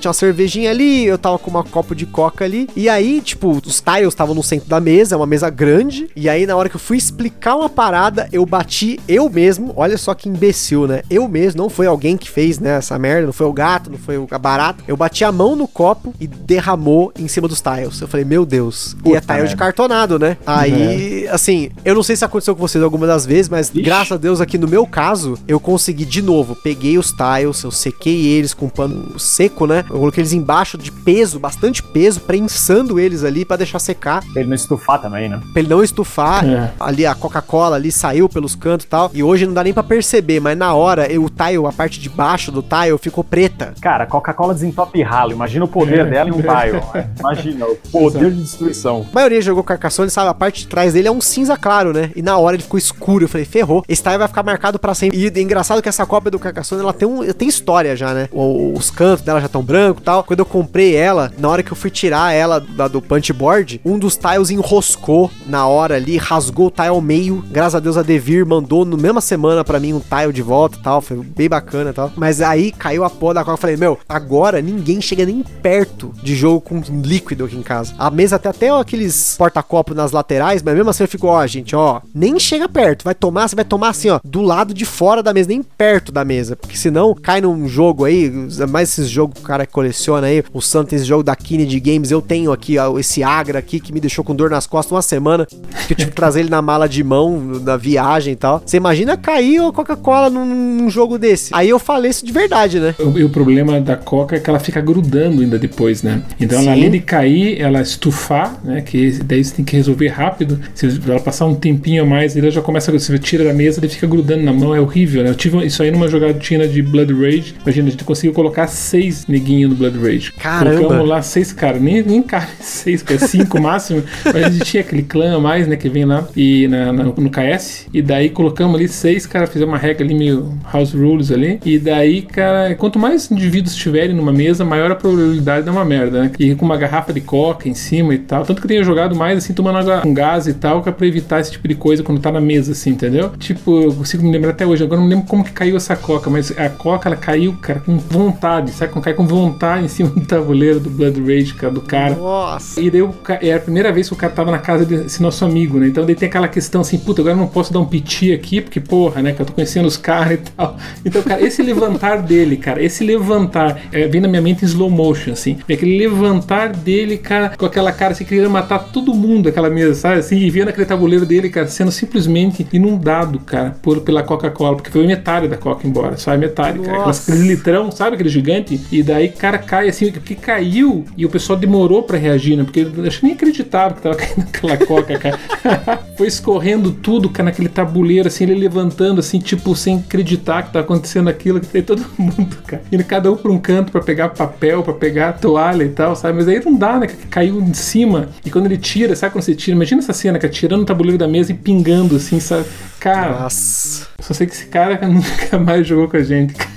cervejinha ali, eu tava com uma copo de coca ali, e aí, tipo, os tiles estavam no centro da mesa, uma mesa grande, e aí na hora que eu fui explicar uma parada, eu bati eu mesmo, olha só que imbecil, né? Eu mesmo, não foi alguém que fez, né, essa merda, não foi o gato, não foi a barata, eu bati a mão no copo e derramou em cima dos tiles. Eu falei, meu Deus, e é tile merda. De cartonado, né? Aí, uhum. assim, eu não sei se aconteceu com vocês alguma das vezes, mas Ixi. graças a Deus aqui no meu caso, eu consegui de novo, peguei os tiles, eu sequei eles com pano seco, né? Eu coloquei eles embaixo de peso, bastante peso, prensando eles ali pra deixar secar. Pra ele não estufar também, né? Pra ele não estufar. É. Ali a Coca-Cola ali saiu pelos cantos e tal. E hoje não dá nem pra perceber, mas na hora eu, o tile, a parte de baixo do tile ficou preta. Cara, a Coca-Cola desentope ralo. Imagina o poder é. dela em um tile. Imagina o poder de destruição. A maioria jogou Carcassonne, sabe? A parte de trás dele é um cinza claro, né? E na hora ele ficou escuro. Eu falei, ferrou. Esse tile vai ficar marcado pra sempre. E é engraçado que essa cópia do Carcassonne, ela tem, um, tem história já, né? O, os cantos dela já estão brancos e tal. Quando eu comprei ela, na hora que eu fui tirar ela da, do punchboard, um dos tiles enroscou na hora ali, rasgou o tile ao meio. Graças a Deus a Devir mandou na mesma semana pra mim um tile de volta e tal. Foi bem bacana e tal. Mas aí caiu a porra da coca. Eu falei, meu, agora ninguém chega nem perto de jogo com líquido aqui em casa. A mesa tem até aqueles porta-copo nas laterais, mas mesmo assim eu fico, ó, gente, ó, nem chega perto. Vai tomar, você vai tomar assim, ó, do lado de fora da mesa, nem perto da mesa. Porque senão cai num jogo aí, mais esses jogos que o cara coleciona aí, o Santos tem esse jogo da Kennedy Games, eu tenho aqui, ó, esse Agra aqui que me deixou com dor nas costas uma semana, que eu tive que trazer ele na mala de mão, na viagem e tal. Você imagina cair a Coca-Cola num, num jogo desse. Aí eu falei isso de verdade, né? O, o problema da Coca é que ela fica grudando ainda depois, né? Então, ela, além de cair, ela estufar, né? Que daí você tem que resolver rápido. Se ela passar um tempinho a mais, ela já começa, você tira da mesa, ele fica grudando na mão, é horrível, né? Eu tive isso aí numa jogatina de Blood Rage. Imagina, a gente conseguiu colocar seis neguinhos no Blood Rage. Caramba! Colocamos lá seis caras, nem, nem cara, seis, que é cinco máximo, mas a gente tinha aquele clã a mais, né? Que vem lá e na, na, no K S, e daí colocamos ali seis, cara, fizemos uma regra ali meio house rules ali, e daí, cara, quanto mais indivíduos tiverem numa mesa, maior a probabilidade de dar uma merda, né? E com uma garrafa de coca em cima e tal, tanto que eu tenho jogado mais assim, tomando água com gás e tal, que é pra evitar esse tipo de coisa quando tá na mesa, assim, entendeu? Tipo, eu consigo me lembrar até hoje, agora eu não lembro como que caiu essa coca, mas a coca, ela caiu, cara, com vontade, sabe? Quando cai com vontade em cima do tabuleiro do Blood Rage, cara, do cara. Nossa! E daí, eu, é a primeira vez que o cara tava na casa desse nosso amigo, né? Então daí tem aquela questão assim, puta, agora eu não posso dar um piti aqui, porque porra, né, que eu tô conhecendo os caras e tal. Então, cara, esse levantar dele, cara, esse levantar, é, vem na minha mente em slow motion, assim, aquele levantar dele, cara, com aquela cara, assim, querendo matar todo mundo daquela mesa, sabe, assim, e vendo aquele tabuleiro dele, cara, sendo simplesmente inundado, cara, por, pela Coca-Cola, porque foi metade da Coca embora, sabe, metade, cara, aquelas, aqueles litrão, sabe, aquele gigante, e daí, cara, cai assim, porque caiu, e o pessoal demorou pra reagir, né, porque eu acho que nem acreditava que tava caindo aquela Coca, cara. Foi escorrendo tudo, cara, naquele tabuleiro, assim, ele levantando, assim, tipo, sem acreditar que tá acontecendo aquilo, que tem todo mundo, cara, indo cada um pra um canto pra pegar papel, pra pegar a toalha e tal, sabe, mas aí não dá, né, que caiu em cima, e quando ele tira, sabe quando você tira, imagina essa cena, cara, tirando o tabuleiro da mesa e pingando, assim, sabe, cara, nossa, só sei que esse cara nunca mais jogou com a gente, cara.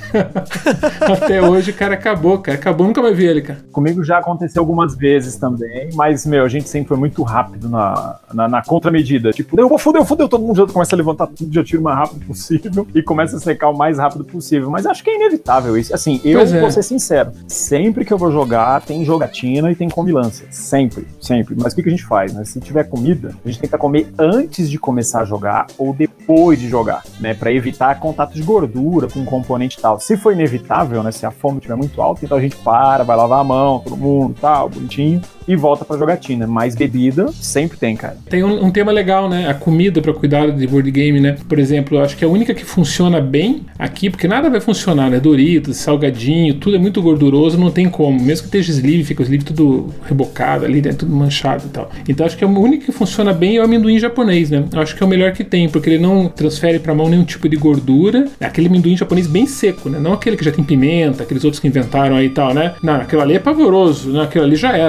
Até hoje o cara acabou, cara. Acabou, nunca vai ver ele, cara. Comigo já aconteceu algumas vezes também, mas, meu, a gente sempre foi muito rápido na, na, na contramedida. Tipo, eu vou fudeu, fudeu, todo mundo já começa a levantar tudo, já tira o mais rápido possível e começa a secar o mais rápido possível. Mas acho que é inevitável isso. Assim, eu é. vou ser sincero, sempre que eu vou jogar, tem jogatina e tem combinância. Sempre, sempre. Mas o que, que a gente faz, né? Se tiver comida, a gente tenta comer antes de começar a jogar ou depois de jogar, né? Pra evitar contato de gordura com um componente tal. Se for inevitável, né, se a fome estiver muito alta, então a gente para, vai lavar a mão, todo mundo, tal, bonitinho, e volta pra jogatina. Mas bebida sempre tem, cara. Tem um, um tema legal, né, a comida pra cuidar de board game, né, por exemplo, eu acho que a única que funciona bem aqui, porque nada vai funcionar, né, Doritos, salgadinho, tudo é muito gorduroso, não tem como, mesmo que esteja sleeve, fica o sleeve tudo rebocado ali, né, tudo manchado e tal. Então acho que a única que funciona bem é o amendoim japonês, né, eu acho que é o melhor que tem, porque ele não transfere pra mão nenhum tipo de gordura, é aquele amendoim japonês bem seco, né, não aquele que já tem pimenta, aqueles outros que inventaram aí e tal, né, não, aquilo ali é pavoroso, né, aquilo ali já era, né, tem que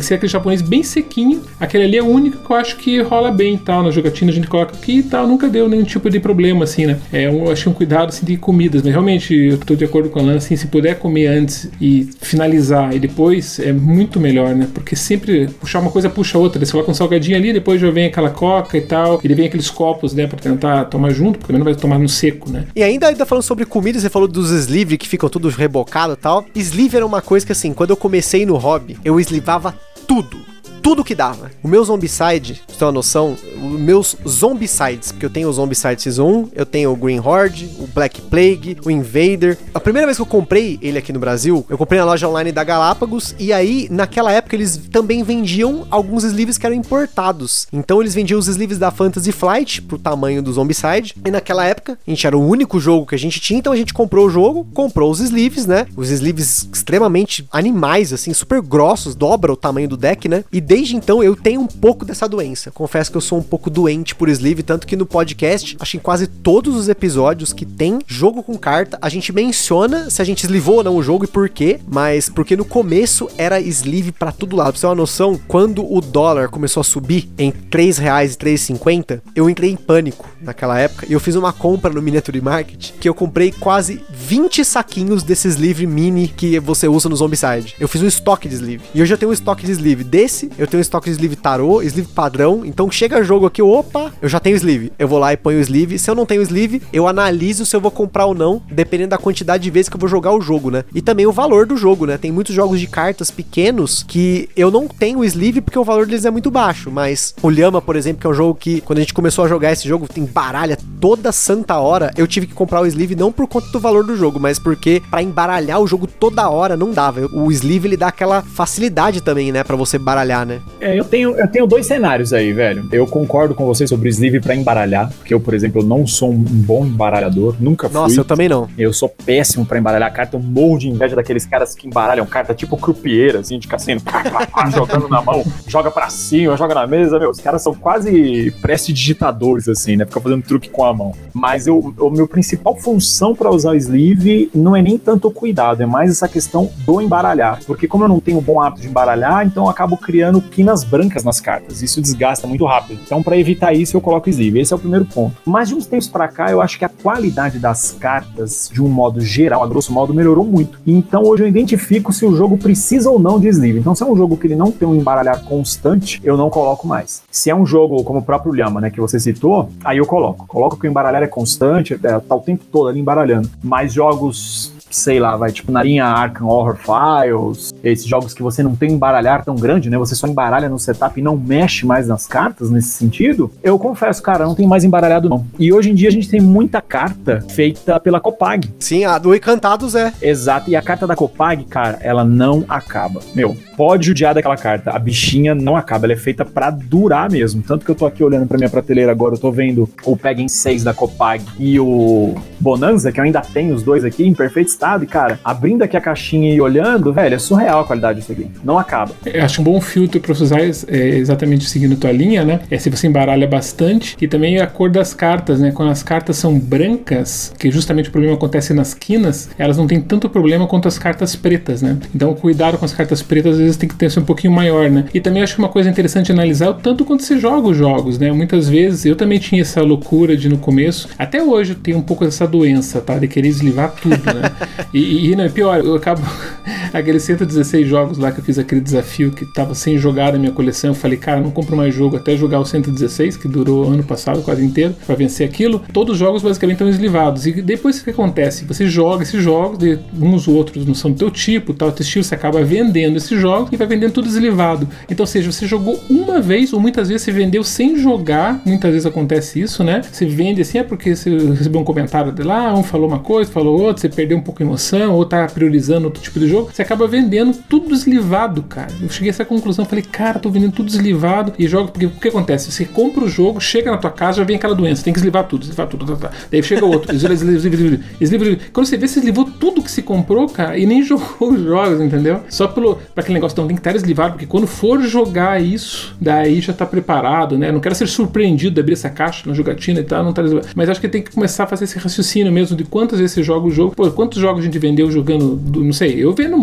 ser aquele japonês bem sequinho. Aquele ali é o único que eu acho que rola bem e tal. Na jogatina a gente coloca aqui e tal. Nunca deu nenhum tipo de problema, assim, né? É, eu acho um cuidado, assim, de comidas. Mas realmente, eu tô de acordo com a Lana, assim, se puder comer antes e finalizar e depois, é muito melhor, né? Porque sempre puxar uma coisa, puxa outra. Você coloca um salgadinho ali, depois já vem aquela coca e tal. Ele vem aqueles copos, né? Pra tentar tomar junto, porque também não vai tomar no seco, né? E ainda, ainda falando sobre comida, você falou dos sleeve que ficam todos rebocados e tal. Sleeve era uma coisa que, assim, quando eu comecei no hobby, eu slivava tudo. Tudo que dava. O meu Zombicide, pra você ter uma noção, os meus Zombicides, porque eu tenho o Zombicide Season um, eu tenho o Green Horde, o Black Plague, o Invader. A primeira vez que eu comprei ele aqui no Brasil, eu comprei na loja online da Galápagos, e aí, naquela época, eles também vendiam alguns sleeves que eram importados. Então, eles vendiam os sleeves da Fantasy Flight, pro tamanho do Zombicide, e naquela época, a gente era o único jogo que a gente tinha, então a gente comprou o jogo, comprou os sleeves, né? Os sleeves extremamente animais, assim, super grossos, dobra o tamanho do deck, né? E desde então eu tenho um pouco dessa doença. Confesso que eu sou um pouco doente por sleeve, tanto que no podcast, acho que em quase todos os episódios que tem jogo com carta, a gente menciona se a gente slivou ou não o jogo e por quê, mas porque no começo era sleeve pra todo lado. Pra você ter uma noção, quando o dólar começou a subir em três reais e três reais e cinquenta, eu entrei em pânico naquela época e eu fiz uma compra no Miniature Market que eu comprei quase vinte saquinhos desse sleeve mini que você usa no Zombicide. Eu fiz um estoque de sleeve. E hoje eu tenho um estoque de sleeve desse, eu tenho um estoque de sleeve tarô, sleeve padrão, então chega jogo aqui, opa, eu já tenho sleeve, eu vou lá e ponho o sleeve. Se eu não tenho sleeve, eu analiso se eu vou comprar ou não, dependendo da quantidade de vezes que eu vou jogar o jogo, né? E também o valor do jogo, né? Tem muitos jogos de cartas pequenos que eu não tenho sleeve porque o valor deles é muito baixo, mas o Llama, por exemplo, que é um jogo que, quando a gente começou a jogar esse jogo, tem baralha toda santa hora, eu tive que comprar o sleeve não por conta do valor do jogo, mas porque pra embaralhar o jogo toda hora não dava. O sleeve, ele dá aquela facilidade também, né, pra você baralhar, né? É, eu tenho, eu tenho dois cenários aí, velho. Eu concordo com você sobre sleeve pra embaralhar, porque eu, por exemplo, eu não sou um bom embaralhador, nunca fui. Nossa, eu também não. Eu sou péssimo pra embaralhar carta, eu morro de inveja daqueles caras que embaralham carta tipo croupier, assim, de cassino, jogando na mão, joga pra cima, joga na mesa, meu, os caras são quase prestidigitadores, assim, né, fica fazendo truque com a mão. Mas eu, o meu principal função pra usar o sleeve não é nem tanto o cuidado, é mais essa questão do embaralhar, porque como eu não tenho bom hábito de embaralhar, então eu acabo criando quinas brancas nas cartas, isso desgasta muito rápido. Então, pra evitar isso, eu coloco sleeve. Esse é o primeiro ponto. Mas de uns tempos pra cá, eu acho que a qualidade das cartas, de um modo geral, a grosso modo, melhorou muito. Então, hoje eu identifico se o jogo precisa ou não de sleeve. Então, se é um jogo que ele não tem um embaralhar constante, eu não coloco mais. Se é um jogo como o próprio Llama, né, que você citou, aí eu coloco. Coloco que o embaralhar é constante, é, tá o tempo todo ali embaralhando. Mas jogos, sei lá, vai, tipo na linha Arkham Horror Files, esses jogos que você não tem um embaralhar tão grande, né, você só embaralha no setup e não mexe mais nas cartas, nesse sentido, eu confesso, cara, não tem mais embaralhado não. E hoje em dia a gente tem muita carta feita pela Copag. Sim, a do Encantados é. Exato, e a carta da Copag, cara, ela não acaba. Meu, pode judiar daquela carta, a bichinha não acaba, ela é feita pra durar mesmo. Tanto que eu tô aqui olhando pra minha prateleira agora, eu tô vendo o Pagan seis da Copag e o Bonanza, que eu ainda tenho os dois aqui em perfeito estado, e cara, abrindo aqui a caixinha e olhando, velho, é surreal a qualidade disso aqui, não acaba. Eu acho um bom filtro pra você usar, é, exatamente seguindo tua linha, né, é se você embaralha bastante, e também a cor das cartas, né, quando as cartas são brancas, que justamente o problema acontece nas quinas, elas não têm tanto problema quanto as cartas pretas, né, então cuidado com as cartas pretas, às vezes tem que ter um pouquinho maior, né, e também acho que uma coisa interessante analisar é o tanto quanto você joga os jogos, né, muitas vezes, eu também tinha essa loucura de no começo, até hoje eu tenho um pouco dessa doença, tá, de querer eslivar tudo, né, e, e não, é pior, eu acabo, aqueles cento e dezesseis jogos lá que eu fiz aquele desafio que tava sem jogar na minha coleção, eu falei, cara, não compro mais jogo até jogar o cento e dezesseis, que durou ano passado quase inteiro, pra vencer aquilo, todos os jogos basicamente estão eslivados, e depois o que acontece? Você joga esses jogos, de, uns ou outros não são do teu tipo, tal, teu estilo, você acaba vendendo esses jogos e vai vendendo tudo deslivado, então, ou seja, você jogou uma vez, ou muitas vezes você vendeu sem jogar, muitas vezes acontece isso, né, você vende assim, é porque você recebeu um comentário de lá, um falou uma coisa, falou outra, você perdeu um pouco a emoção, ou tá priorizando outro tipo de jogo, você acaba vendendo tudo deslivado, cara. Eu cheguei a essa conclusão, falei, cara, tô vendendo tudo deslivado e jogo, porque o que acontece? Você compra o jogo, chega na tua casa, já vem aquela doença, tem que deslivar tudo, deslivar tudo, tá, tá. Daí chega o outro, desliva, desliva, desliva, desliva, desliva. Quando você vê, você deslivou tudo que se comprou, cara, e nem jogou os jogos, entendeu? Só pelo, pra aquele negócio, então tem que estar deslivado, porque quando for jogar isso, daí já tá preparado, né? Não quero ser surpreendido de abrir essa caixa na jogatina e tal, não tá deslivado. Mas acho que tem que começar a fazer esse raciocínio mesmo de quantas vezes você joga o jogo. Pô, quantos jogos a gente vendeu jogando, do, não sei, eu vendo um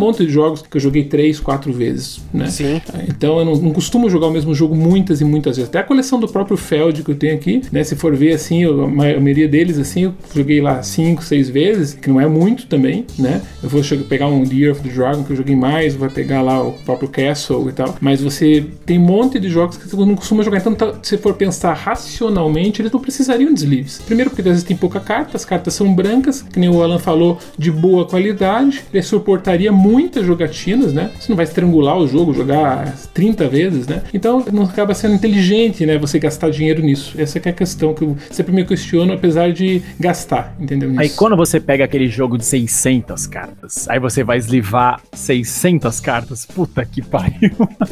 monte de jogos que eu joguei três, quatro vezes, né? Sim. Então eu não, não costumo jogar o mesmo jogo muitas e muitas vezes. Até a coleção do próprio Feld que eu tenho aqui, né? Se for ver assim, eu, a maioria deles, assim, eu joguei lá cinco, seis vezes, que não é muito também, né? Eu vou chegar, pegar um Year of the Dragon que eu joguei mais, vou pegar lá o próprio Castle e tal. Mas você tem um monte de jogos que você não costuma jogar. Então, tá, se for pensar racionalmente, eles não precisariam de sleeves. Primeiro, porque às vezes tem pouca carta, as cartas são brancas, que nem o Alan falou, de boa qualidade. Ele suportaria muitas jogatinas, né? Você não vai estrangular o jogo, jogar trinta vezes, né? Então, não acaba sendo inteligente, né? Você gastar dinheiro nisso. Essa que é a questão que eu sempre me questiono, apesar de gastar, entendeu? Nisso. Aí quando você pega aquele jogo de seiscentas cartas, aí você vai eslivar seiscentas cartas, puta que pariu.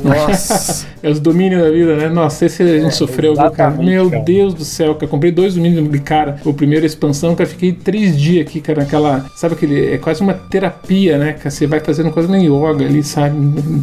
Nossa. É os domínios da vida, né? Nossa, esse a gente é, sofreu, cara. Meu cara. Deus do céu, cara. Eu comprei dois domínios de cara. O primeiro, a expansão, cara, fiquei três dias aqui, cara, naquela... Sabe aquele... É quase uma terapia, né? Que você vai fazendo coisa na yoga ali, sabe?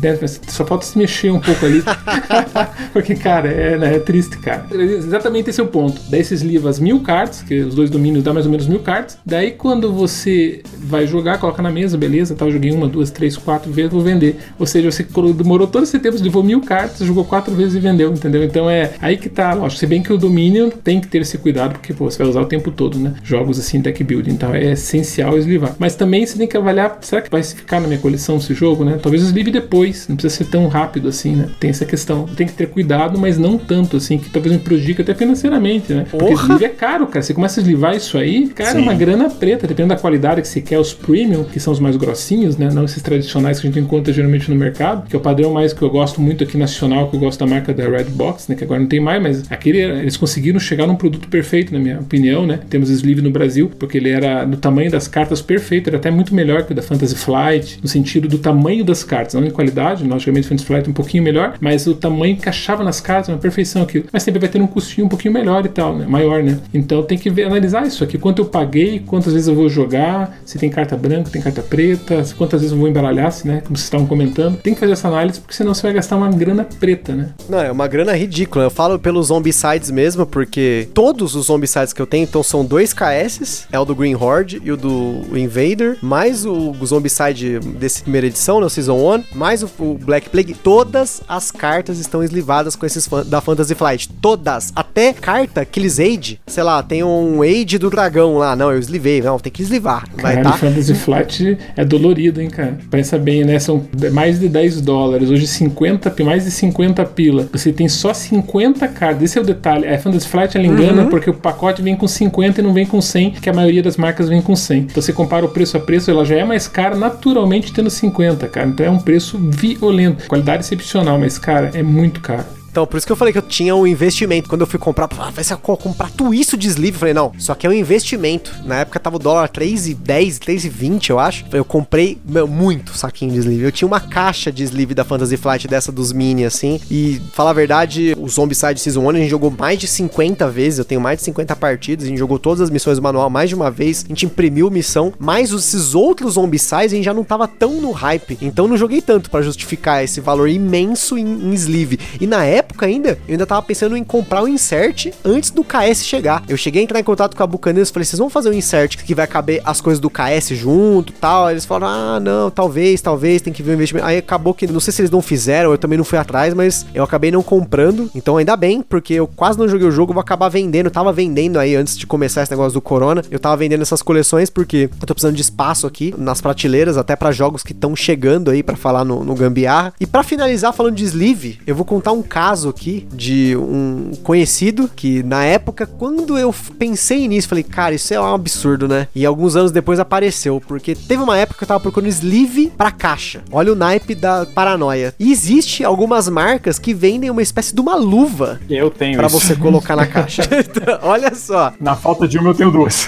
Só falta se mexer um pouco ali. Porque, cara, é, né? É triste, cara. Exatamente esse é o ponto. Daí você esliva as mil cartas, que os dois domínios dá mais ou menos mil cartas. Daí quando você vai jogar, coloca na mesa, beleza, tá? Eu joguei uma, duas, três, quatro vezes, vou vender. Ou seja, você demorou todo esse tempo, levou mil cartas, jogou quatro vezes e vendeu, entendeu? Então é aí que tá, lógico. Se bem que o domínio tem que ter esse cuidado, porque pô, você vai usar o tempo todo, né? Jogos assim, deck building, então é essencial eslivar. Mas também você tem que avaliar, será que vai ficar na minha coleção esse jogo, né? Talvez eu eslive depois, não precisa ser tão rápido assim, né? Tem essa questão. Tem que ter cuidado, mas não tanto assim, que talvez me prejudique até financeiramente, né? Porque sleeve é caro, cara. Você começa a eslivar isso aí, cara, é uma grana preta, dependendo da qualidade que você quer, os premium, que são os mais grossinhos, né? Não esses tradicionais que a gente encontra geralmente no mercado, que é o padrão mais que eu gosto muito aqui nacional, que eu gosto da marca da Redbox, né? Que agora não tem mais, mas aquele, eles conseguiram chegar num produto perfeito, na minha opinião, né? Temos sleeve no Brasil, porque ele era no tamanho das cartas perfeito, era até muito melhor que o da Fantasy Flight, no sentido do tamanho das cartas, não em qualidade, logicamente o Fantasy Flight é um pouquinho melhor, mas o tamanho encaixava nas cartas, uma perfeição aquilo. Mas sempre vai ter um custinho um pouquinho melhor e tal, né? Maior, né? Então tem que ver, analisar isso aqui, quanto eu paguei, quantas vezes eu vou jogar, se tem carta branca, tem carta preta, quantas vezes eu vou embaralhar, se, né? Como vocês estavam comentando. Tem que fazer essa análise, porque senão você vai gastar uma grana preta, né? Não, é uma grana ridícula. Eu falo pelos Zombicides mesmo, porque todos os Zombicides que eu tenho, então são dois K S, é o do Green Horde e o do Invader, mais o Zombicide dessa primeira edição, né, o Season um, mais o, o Black Plague. Todas as cartas estão eslivadas com esses da Fantasy Flight. Todas. Até carta que eles Age, sei lá, tem um Age do dragão lá. Não, eu eslivei. Não, tem que eslivar. Vai, cara, tá? Fantasy Flight é dolorido, hein, cara? Pensa bem, né? São mais de dez dólares. Hoje cinquenta, mais de cinquenta pila. Você tem só cinquenta cartas. Esse é o detalhe. A Fantasy Flight, ela engana, uhum, porque o pacote vem com cinquenta e não vem com cem, que a maioria das marcas vem com cem. Então você compara o preço a preço, ela já é mais cara naturalmente tendo cinquenta, cara. Então é um preço violento. Qualidade excepcional, mas, cara, é muito caro. Então, por isso que eu falei que eu tinha um investimento. Quando eu fui comprar, ah, vai ser comprar tudo isso de sleeve. Eu falei, não, isso aqui é um investimento. Na época tava o dólar três e dez, três e vinte, eu acho. Eu comprei, meu, muito saquinho de sleeve. Eu tinha uma caixa de sleeve da Fantasy Flight, dessa dos mini, assim. E, falar a verdade, o Zombicide Season um, a gente jogou mais de cinquenta vezes. Eu tenho mais de cinquenta partidas. A gente jogou todas as missões do manual mais de uma vez. A gente imprimiu missão. Mas esses outros Zombicides, a gente já não tava tão no hype. Então, não joguei tanto pra justificar esse valor imenso em, em sleeve. E na época, época ainda, eu ainda tava pensando em comprar o insert antes do K S chegar. Eu cheguei a entrar em contato com a Buccaneers e falei, vocês vão fazer um insert que vai caber as coisas do K S junto e tal? Aí eles falaram, ah, não, talvez, talvez, tem que ver o investimento. Aí acabou que, não sei se eles não fizeram, eu também não fui atrás, mas eu acabei não comprando. Então ainda bem, porque eu quase não joguei o jogo, vou acabar vendendo. Eu tava vendendo aí antes de começar esse negócio do Corona, eu tava vendendo essas coleções porque eu tô precisando de espaço aqui nas prateleiras, até pra jogos que estão chegando aí pra falar no, no Gambiarra. E pra finalizar falando de sleeve, eu vou contar um caso aqui de um conhecido que na época, quando eu pensei nisso, falei, cara, isso é um absurdo, né? E alguns anos depois apareceu, porque teve uma época que eu tava procurando sleeve pra caixa. Olha o naipe da paranoia. E existe algumas marcas que vendem uma espécie de uma luva. Eu tenho pra isso. você colocar na caixa. Então, olha só. Na falta de uma eu tenho duas.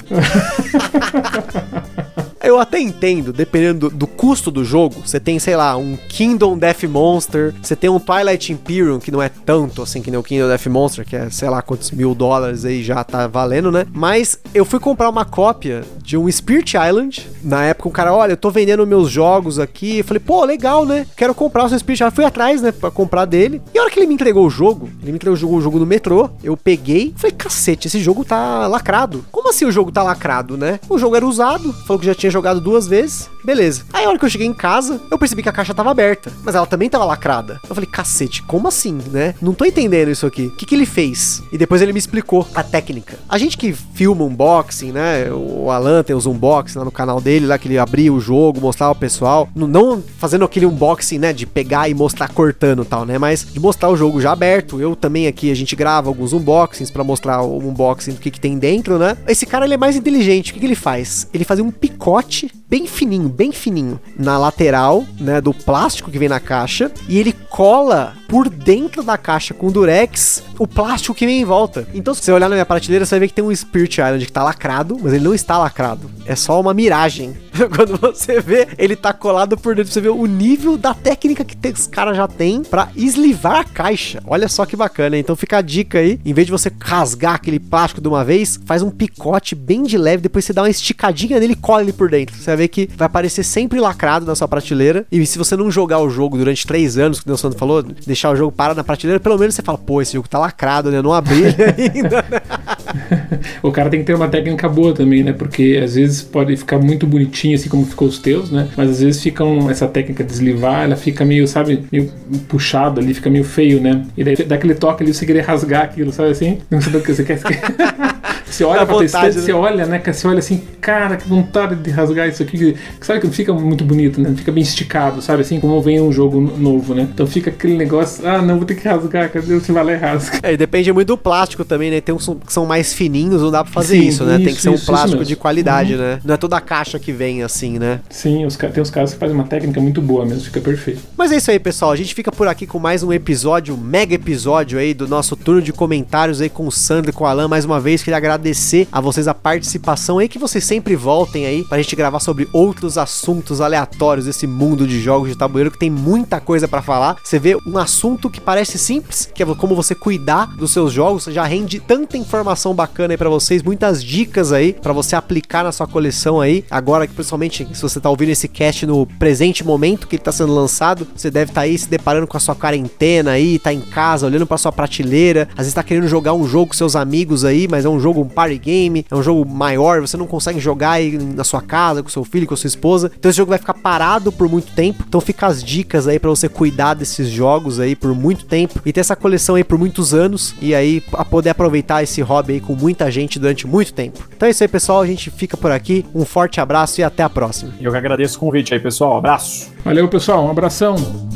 Eu até entendo, dependendo do, do custo do jogo, você tem, sei lá, um Kingdom Death Monster, você tem um Twilight Imperium, que não é tanto assim que nem o Kingdom Death Monster, que é, sei lá, quantos mil dólares aí já tá valendo, né? Mas eu fui comprar uma cópia de um Spirit Island, na época o cara, olha, eu tô vendendo meus jogos aqui, eu falei, pô, legal, né? Quero comprar o seu Spirit Island, fui atrás, né, pra comprar dele, e a hora que ele me entregou o jogo, ele me entregou o jogo, o jogo no metrô, eu peguei, falei, cacete, esse jogo tá lacrado. Como assim o jogo tá lacrado, né? O jogo era usado, falou que já tinha jogado duas vezes, beleza. Aí a hora que eu cheguei em casa, eu percebi que a caixa tava aberta, mas ela também tava lacrada. Eu falei, cacete, como assim, né? Não tô entendendo isso aqui. O que que ele fez? E depois ele me explicou a técnica. A gente que filma unboxing, né? O Alan tem os unboxing lá no canal dele, lá que ele abria o jogo, mostrava ao pessoal. Não fazendo aquele unboxing, né? De pegar e mostrar cortando e tal, né? Mas de mostrar o jogo já aberto. Eu também aqui, a gente grava alguns unboxings pra mostrar o unboxing do que que tem dentro, né? Esse cara, ele é mais inteligente. O que que ele faz? Ele fazia um picote bem fininho, bem fininho, na lateral, né? Do plástico que vem na caixa. E ele cola por dentro da caixa com durex o plástico que vem em volta. Então, se você olhar na minha prateleira, você vai ver que tem um Spirit Island que tá lacrado, mas ele não está lacrado. É só uma miragem. Quando você vê, ele tá colado por dentro. Você vê o nível da técnica que os caras já tem pra eslivar a caixa. Olha só que bacana, hein? Então fica a dica aí. Em vez de você rasgar aquele plástico de uma vez, faz um picote bem de leve, depois você dá uma esticadinha nele e cola ele por dentro. Você vai ver que vai aparecer sempre lacrado na sua prateleira. E se você não jogar o jogo durante três anos, que o Sandro falou, deixar o jogo parado na prateleira, pelo menos você fala, pô, esse jogo tá lacrado, né? Eu não abri ele ainda, né? O cara tem que ter uma técnica boa também, né? Porque às vezes pode ficar muito bonitinho, assim como ficou os teus, né? Mas às vezes fica um, essa técnica de deslivar, ela fica meio, sabe, meio puxada ali, fica meio feio, né? E daí dá aquele toque ali, você querer rasgar aquilo, sabe assim? Não sabe o que você quer. Você olha pra vontade, textura, né? Você olha, né? Você olha assim, cara, que vontade de rasgar isso aqui. Sabe que não fica muito bonito, né? Fica bem esticado, sabe? Assim como vem um jogo novo, né? Então fica aquele negócio, ah, não, vou ter que rasgar, cadê? Você vai lá e rasga. É, e depende muito do plástico também, né? Tem uns que são mais fininhos, não dá pra fazer Sim, isso, né? Isso, tem que ser um isso, plástico isso de qualidade, uhum. né? Não é toda a caixa que vem assim, né? Sim, os, tem uns caras que fazem uma técnica muito boa mesmo, fica perfeito. Mas é isso aí, pessoal. A gente fica por aqui com mais um episódio, um mega episódio aí do nosso turno de comentários aí com o Sandro e com o Alan. Mais uma vez, queria agradecer a vocês a participação aí, que vocês sempre voltem aí pra gente gravar sobre outros assuntos aleatórios desse mundo de jogos de tabuleiro, que tem muita coisa pra falar. Você vê um assunto que parece simples, que é como você cuidar dos seus jogos, já rende tanta informação bacana aí pra vocês, muitas dicas aí pra você aplicar na sua coleção aí. Agora que principalmente se você tá ouvindo esse cast no presente momento que ele tá sendo lançado, você deve estar tá aí se deparando com a sua quarentena aí, tá em casa, olhando pra sua prateleira, às vezes tá querendo jogar um jogo com seus amigos aí, mas é um jogo, um party game, é um jogo maior, você não consegue jogar aí na sua casa, com seu filho, com sua esposa, então esse jogo vai ficar parado por muito tempo. Então fica as dicas aí pra você cuidar desses jogos aí por muito tempo e ter essa coleção aí por muitos anos e aí a poder aproveitar esse hobby aí com muita gente durante muito tempo. Então é isso aí, pessoal, a gente fica por aqui, um forte abraço e até a próxima. Eu que agradeço o convite aí, pessoal, abraço. Valeu, pessoal, um abração.